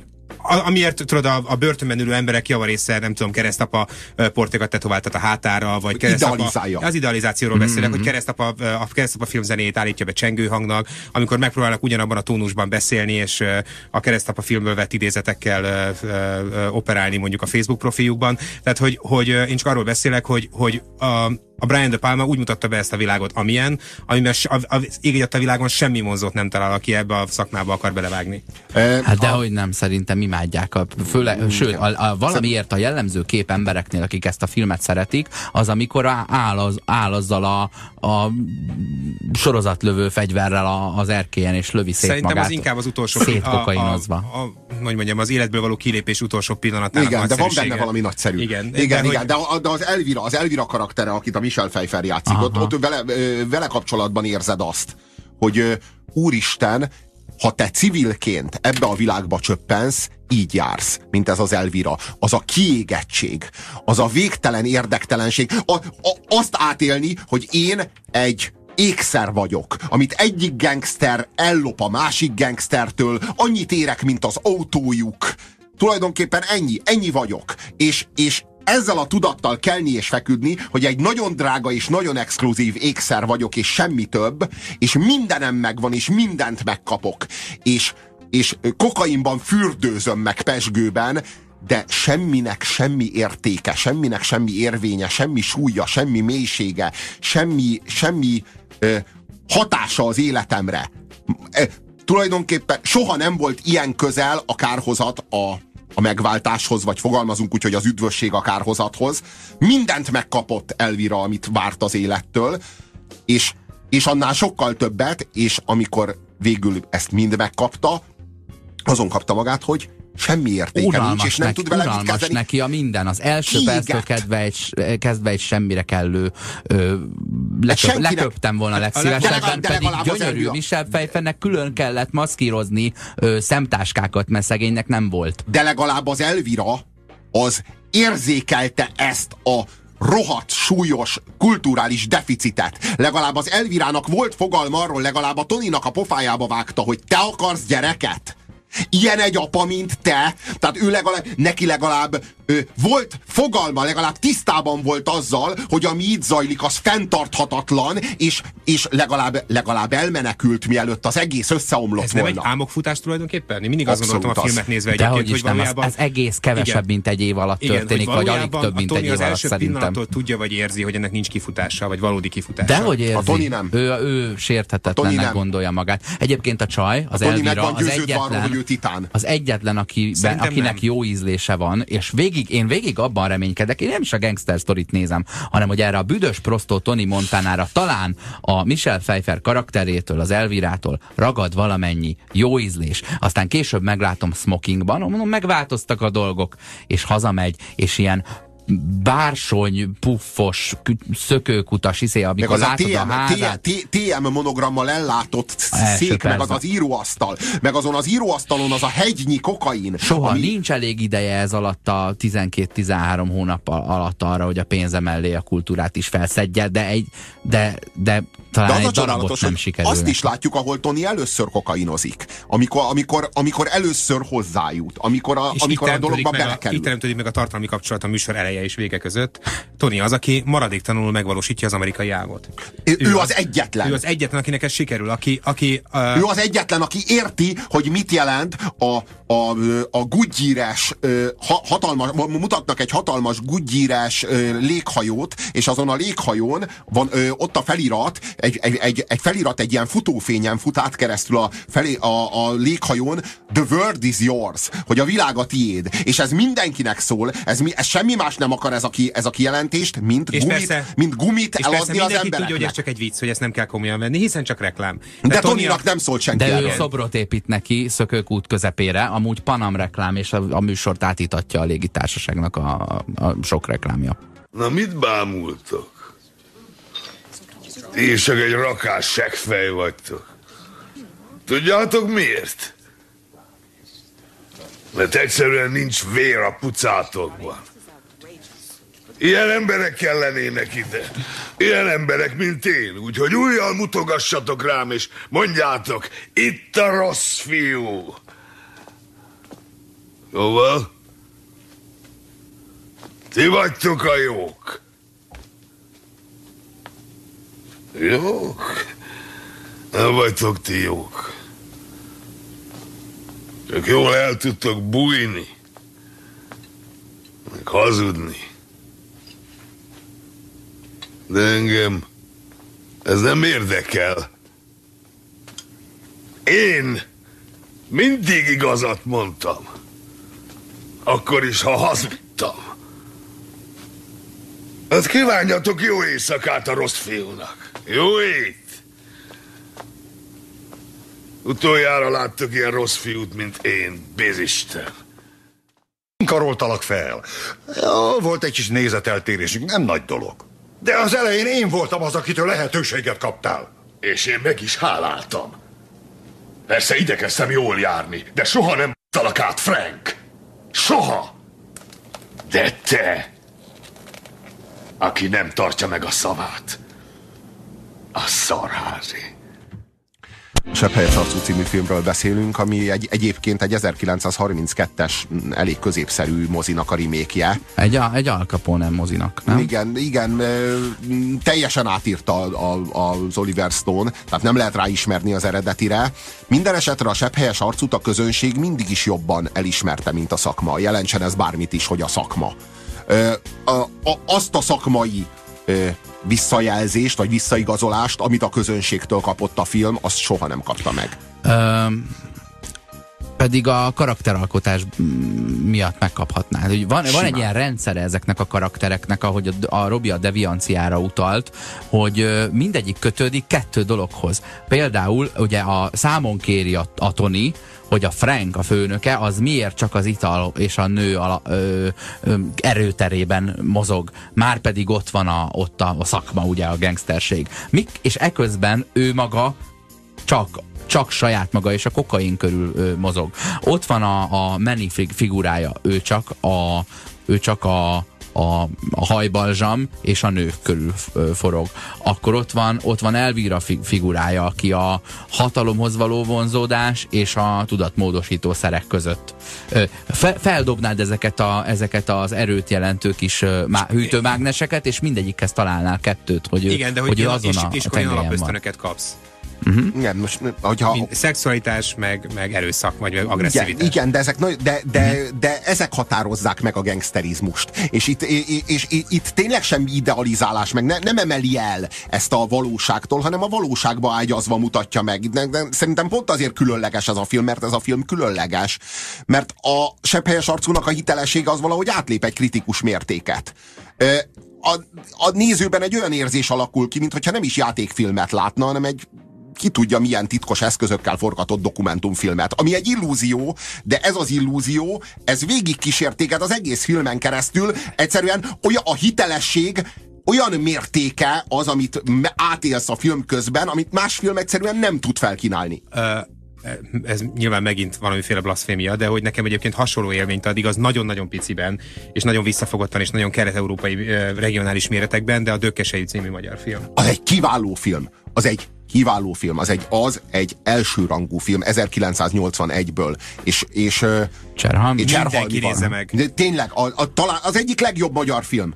S3: a, amiért tudod, a, a börtönben ülő emberek javarésze, nem tudom, keresztapa portékat tetováltat a hátára, vagy keresztapa... Az idealizációról beszélek, mm-hmm. hogy keresztapa, a keresztapa filmzenéjét állítja be csengő hangnak, amikor megpróbálnak ugyanabban a tónusban beszélni, és a keresztapa filmből vett idézetekkel operálni mondjuk a Facebook profiljukban. Tehát, hogy, hogy én csak arról beszélek, hogy, hogy a, a Brian De Palma úgy mutatta be ezt a világot, amilyen, amiben az ég a világon semmi vonzót nem talál, aki ebbe a szakmába akar belevágni.
S2: Hát dehogy nem, szerintem imádják. A, főle, mm, sőt, a, a, valamiért a jellemző kép embereknél, akik ezt a filmet szeretik, az amikor áll, az, áll azzal a, a sorozatlövő fegyverrel a, az erkélyen, és lövi szét
S3: szerintem
S2: magát.
S3: Szerintem az inkább az utolsó
S2: szétkokainozva.
S3: A, a, a, hogy mondjam, az életből való kilépés utolsó pillanatának.
S1: Igen, de van benne valami nagyszerű.
S3: Igen,
S1: igen,
S3: de,
S1: igen
S3: hogy...
S1: de, de az Elvira, az Elvira karaktere, akit a Michelle Pfeiffer játszik, ott, ott vele, vele kapcsolatban érzed azt, hogy úristen, ha te civilként ebbe a világba csöppensz, így jársz, mint ez az Elvira. Az a kiégettség, az a végtelen érdektelenség, a, a, azt átélni, hogy én egy ékszer vagyok, amit egyik gangster ellop a másik gangstertől, annyit érek, mint az autójuk. Tulajdonképpen ennyi, ennyi vagyok. És, és ezzel a tudattal kelni és feküdni, hogy egy nagyon drága és nagyon exkluzív ékszer vagyok, és semmi több, és mindenem megvan, és mindent megkapok. És, és kokainban fürdőzöm meg pezsgőben, de semminek semmi értéke, semminek semmi érvénye, semmi súlya, semmi mélysége, semmi, semmi ö, hatása az életemre. E, tulajdonképpen soha nem volt ilyen közel a kárhozat a a megváltáshoz, vagy fogalmazunk úgy, hogy az üdvösség a kárhozathoz. Mindent megkapott Elvira, amit várt az élettől, és, és annál sokkal többet, és amikor végül ezt mind megkapta, azon kapta magát, hogy semmi értéke
S2: uralmas
S1: nincs, és nem
S2: neki,
S1: tud vele mit kezdeni.
S2: Neki a minden, az első perctől kezdve egy, kezdve egy semmire kellő ö, leköp, leköptem volna legszívesebben, pedig gyönyörű Michelle Pfeiffernek külön kellett maszkírozni ö, szemtáskákat, mert szegénynek nem volt.
S1: De legalább az Elvira az érzékelte ezt a rohadt súlyos kulturális deficitet. Legalább az Elvirának volt fogalma arról, legalább a Toninak a pofájába vágta, hogy te akarsz gyereket? Ilyen egy apa, mint te, tehát ő legalább, neki legalább ő, volt fogalma, legalább tisztában volt azzal, hogy ami itt zajlik, az fenntarthatatlan, és, és legalább, legalább elmenekült, mielőtt az egész összeomlott
S3: ez
S1: volna.
S3: Ez nem egy álmokfutás tulajdonképpen? Én mindig azt gondoltam a filmet nézve
S2: egyébként,
S3: hogy
S2: hogy valójában... Ez, ez egész kevesebb, igen, mint egy év alatt történik, igen, vagy alig több, mint egy év alatt szerintem. A Tony az első pillanattól tudja, vagy érzi, hogy ennek nincs kifutása, vagy valódi kifutása. Dehogy érzi.
S1: A Tony nem.
S2: Ő, ő sérthetetlennek gondolja magát. Egyébként a csaj, az Elvira, az egyetlen,
S1: titán.
S2: az egyetlen, akiben, akinek nem. jó ízlése van, és végig, én végig abban reménykedek, én nem is a gangster sztorit nézem, hanem hogy erre a büdös prostó Tony Montanára talán a Michelle Pfeiffer karakterétől, az Elvirától ragad valamennyi jó ízlés. Aztán később meglátom smokingban, mondom, megváltoztak a dolgok, és hazamegy, és ilyen bársony, puffos, szökőkutas, iszé, amikor látod a házát.
S1: té em monogrammal ellátott szék, meg az az íróasztal, meg azon az íróasztalon az a hegynyi kokain.
S2: Soha ami... nincs elég ideje ez alatt a tizenkét-tizenhárom hónap alatt arra, hogy a pénze mellé a kultúrát is felszedje, de, egy, de, de talán de egy darabot nem sikerül.
S1: Azt is látjuk, ahol Tony először kokainozik. Amikor, amikor, amikor először hozzájut. Amikor a, amikor a dologba belekerül.
S3: Itt teremtődik meg a tartalmi kapcsolat a műsor eleje és vége között. Tony az, aki maradéktalanul megvalósítja az amerikai álmot.
S1: Ő, ő az, az egyetlen.
S3: Ő az egyetlen, akinek ez sikerül. Aki, aki, uh...
S1: Ő az egyetlen, aki érti, hogy mit jelent a, a, a Goodyear-es hatalmas, mutatnak egy hatalmas Goodyear-es léghajót, és azon a léghajón van ö, ott a felirat, egy, egy, egy, egy felirat egy ilyen futófényen fut át keresztül a, felé, a, a léghajón, the world is yours, hogy a világ a tiéd. És ez mindenkinek szól, ez, ez semmi más nem akar ez a, ki, ez a kijelentést, mint
S3: és
S1: gumit,
S3: persze,
S1: mint gumit
S3: és
S1: eladni
S3: persze
S1: az embereknek.
S3: Tudja, hogy ez csak egy vicc, hogy ezt nem kell komolyan venni, hiszen csak reklám.
S1: De, de Tonynak nem szólt senki.
S2: De
S1: erről.
S2: ő szobrot épít neki Szökőkút közepére, amúgy Panam reklám, és a, a műsort átítatja a légitársaságnak a, a sok reklámja.
S7: Na mit bámultok? Ti is csak egy rakás seggfej vagytok. Tudjátok miért? Mert egyszerűen nincs vér a pucátokban. Ilyen emberek kellenének ide. Ilyen emberek, mint én. Úgyhogy újjal mutogassatok rám, és mondjátok, itt a rossz fiú. Szóval? Ti vagytok a jók. Jók? Nem vagytok ti jók. Csak jól el tudtok bújni. Meg hazudni. De engem ez nem érdekel. Én mindig igazat mondtam. Akkor is, ha hazudtam. Hát kívánjatok jó éjszakát a rossz fiúnak. Jó ét! Utoljára láttok ilyen rossz fiút, mint én, Bézisten.
S8: Karoltalak fel. Ja, volt egy kis nézeteltérésünk, nem nagy dolog. De az elején én voltam az, akitől lehetőséget kaptál.
S7: És én meg is háláltam. Persze igyekeztem jól járni, de soha nem talak át, Frank. Soha. De te, aki nem tartja meg a szavát, a szarházi.
S1: Sebhelyes arcú című filmről beszélünk, ami egy, egyébként egy ezerkilencszázharminckettes elég középszerű mozinak a remake-je.
S2: Egy, egy Al Capone mozinak, nem?
S1: Igen, igen, teljesen átírta a, a, az Oliver Stone, tehát nem lehet ráismerni az eredetire. Minden esetre a sebhelyes arcút a közönség mindig is jobban elismerte, mint a szakma. Jelentsen ez bármit is, hogy a szakma. A, a, azt a szakmai visszajelzést, vagy visszaigazolást, amit a közönségtől kapott a film, azt soha nem kapta meg.
S2: Ö, pedig a karakteralkotás miatt megkaphatná. Van, van egy ilyen rendszere ezeknek a karaktereknek, ahogy a, a Robi a devianciára utalt, hogy mindegyik kötődik kettő dologhoz. Például ugye a számon kéri a, a Tony, hogy a Frank, a főnöke, az miért csak az ital és a nő a, ö, ö, erőterében mozog. Márpedig ott van a, ott a, a szakma, ugye a gangsterség. Mik, és eközben ő maga csak csak saját maga és a kokain körül ö, mozog. Ott van a, a Manny figurája, ő csak a, ő csak a, a, a hajbalzsam és a nők körül forog. Akkor ott van, ott van Elvira figurája, aki a hatalomhoz való vonzódás és a tudatmódosító szerek között. Fe, feldobnád ezeket, a, ezeket az erőt jelentő kis má, hűtőmágneseket, és mindegyikhez találnál kettőt, hogy,
S3: igen, de hogy,
S2: hogy ő
S3: azon
S2: és,
S3: a, és olyan alapösztönöket kapsz.
S1: Uh-huh. Igen, most, hogyha...
S3: Mint szexualitás, meg, meg erőszak, vagy meg agresszivitás.
S1: Igen, igen, de, ezek, de, de, uh-huh. de ezek határozzák meg a gangsterizmust. És itt, és, és, és itt tényleg semmi idealizálás, meg ne, nem emeli el ezt a valóságtól, hanem a valóságba ágyazva mutatja meg. De, de szerintem pont azért különleges ez a film, mert ez a film különleges. Mert a sebhelyes arcúnak a hitelessége az valahogy átlép egy kritikus mértéket. A, a nézőben egy olyan érzés alakul ki, mintha nem is játékfilmet látna, hanem egy ki tudja milyen titkos eszközökkel forgatott dokumentumfilmet, ami egy illúzió, de ez az illúzió, ez végig kísért téged az egész filmen keresztül, egyszerűen olyan a hitelesség, olyan mértéke az, amit átélsz a film közben, amit más film egyszerűen nem tud felkínálni. Uh.
S3: Ez nyilván megint valamiféle blaszfémia, de hogy nekem egyébként hasonló élményt ad, igaz, nagyon-nagyon piciben, és nagyon visszafogottan, és nagyon kelet-európai regionális méretekben, de a Dökkesei című magyar film.
S1: Az egy kiváló film. Az egy kiváló film. Az egy, az egy elsőrangú film ezerkilencszáznyolcvanegyből. És, és,
S2: Cserhalmi.
S1: és
S3: Mindenki nézze meg.
S1: De tényleg, a, a, talán az egyik legjobb magyar film.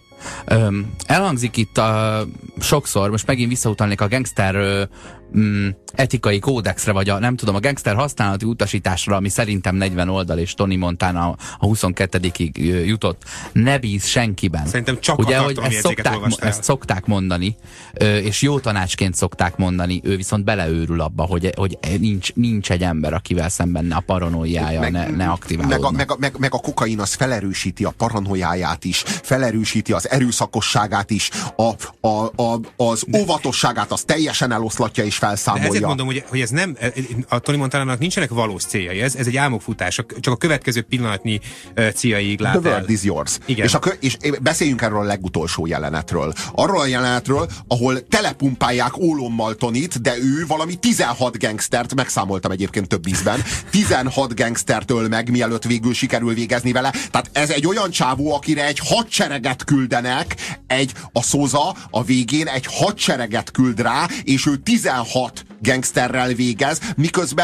S2: Um, elhangzik itt a, sokszor, most megint visszautalnék a gangster uh, um, etikai kódexre, vagy a, nem tudom, a gangster használati utasításra, ami szerintem negyven oldal, és Tony Montana a huszonkettedikig jutott. Ne bíz senkiben.
S3: Szerintem csak
S2: ugye,
S3: a
S2: hogy ezt szokták, ezt szokták mondani, és jó tanácsként szokták mondani, ő viszont beleőrül abba, hogy, hogy nincs, nincs egy ember, akivel szemben a paranoiája meg, ne, ne aktiválódna.
S1: Meg a, meg, a, meg, meg a kokain az felerősíti a paranoiáját is, felerősíti az erőszakosságát is, a, a, a, az óvatosságát az teljesen eloszlatja és felszámolja.
S3: De ezért mondom, hogy, hogy ez nem, a Tony Montanának nincsenek valós céljai, ez, ez egy álmokfutás, csak a következő pillanatnyi céljaig lát el.
S1: The world is yours.
S3: Igen.
S1: És, a, és beszéljünk erről a legutolsó jelenetről. Arról a jelenetről, ahol telepumpálják ólommal Tonit, de ő valami tizenhat gangstert, megszámoltam egyébként több ízben, tizenhat gangstert öl meg, mielőtt végül sikerül végezni vele. Tehát ez egy olyan csávó, akire egy hadsereget küldenek, egy, a Szóza a végén egy hadsereget küld rá, és ő tizenhat gangsterrel végez, miközben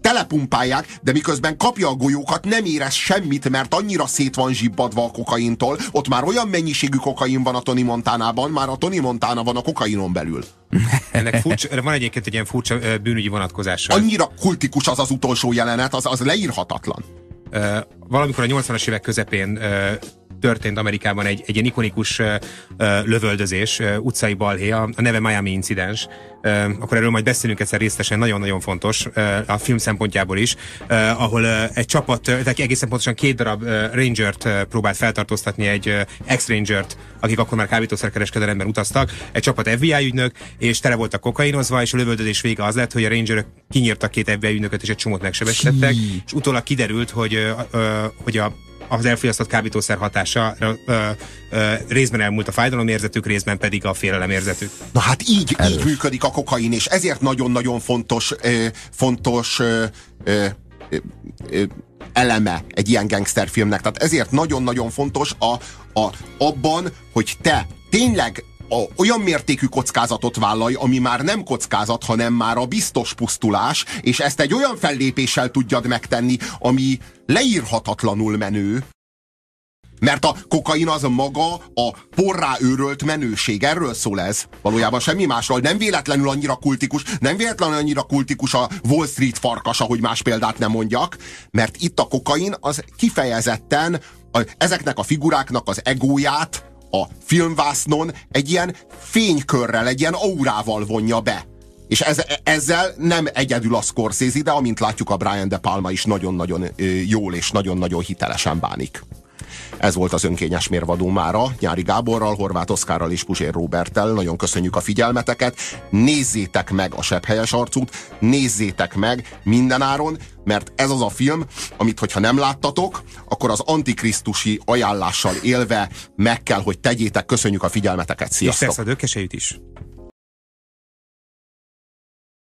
S1: telepumpálják, de miközben kapja a golyókat, nem érez semmit, mert annyira szét van zsibbadva a kokaintól. Ott már olyan mennyiségű kokain van a Tony Montanában, már a Tony Montana van a kokainon belül.
S3: Ennek furcsa, van egyébként egy ilyen furcsa bűnügyi vonatkozása.
S1: Annyira kultikus az az utolsó jelenet, az, az leírhatatlan.
S3: Uh, valamikor a nyolcvanas évek közepén uh, történt Amerikában egy, egy ilyen ikonikus uh, lövöldözés, uh, utcai balhé, a, a neve Miami incidens. Uh, akkor erről majd beszélünk egyszer részletesen, nagyon-nagyon fontos uh, a film szempontjából is, uh, ahol uh, egy csapat, uh, tehát egészen pontosan két darab uh, rangert uh, próbált feltartóztatni, egy uh, ex-rangert, akik akkor már kábítószerkereskedelemben utaztak, egy csapat ef bé i ügynök, és tele voltak kokainozva, és a lövöldözés vége az lett, hogy a rangerök kinyírtak két ef bé i ügynököt, és egy csomót megsebesítettek, és utólag kiderült, hogy, uh, uh, hogy a az elfogyasztott kábítószer hatása ö, ö, részben elmúlt a fájdalomérzetük, részben pedig a félelemérzetük.
S1: Na hát így, így működik a kokain, és ezért nagyon-nagyon fontos, ö, fontos ö, ö, ö, eleme egy ilyen gangsterfilmnek. Tehát ezért nagyon-nagyon fontos a, a, abban, hogy te tényleg a, olyan mértékű kockázatot vállalj, ami már nem kockázat, hanem már a biztos pusztulás, és ezt egy olyan fellépéssel tudjad megtenni, ami leírhatatlanul menő, mert a kokain az maga a porrá őrölt menőség. Erről szól ez. Valójában semmi másról. Nem véletlenül annyira kultikus, nem véletlenül annyira kultikus a Wall Street farkas, ahogy más példát nem mondjak, mert itt a kokain az kifejezetten a, ezeknek a figuráknak az egóját a filmvásznon egy ilyen fénykörrel, egy ilyen aurával vonja be. És ez, ezzel nem egyedül a Scorsese, de amint látjuk, a Brian De Palma is nagyon-nagyon jól és nagyon-nagyon hitelesen bánik. Ez volt az önkényes mérvadó mára, Nyári Gáborral, Horváth Oszkárral és Puzsér Róberttel. Nagyon köszönjük a figyelmeteket. Nézzétek meg a Sebphelyes arcút, nézzétek meg mindenáron, mert ez az a film, amit hogyha nem láttatok, akkor az antikrisztusi ajánlással élve meg kell, hogy tegyétek. Köszönjük a figyelmeteket. Sziasztok!
S3: És persze a Dökkesejűt is.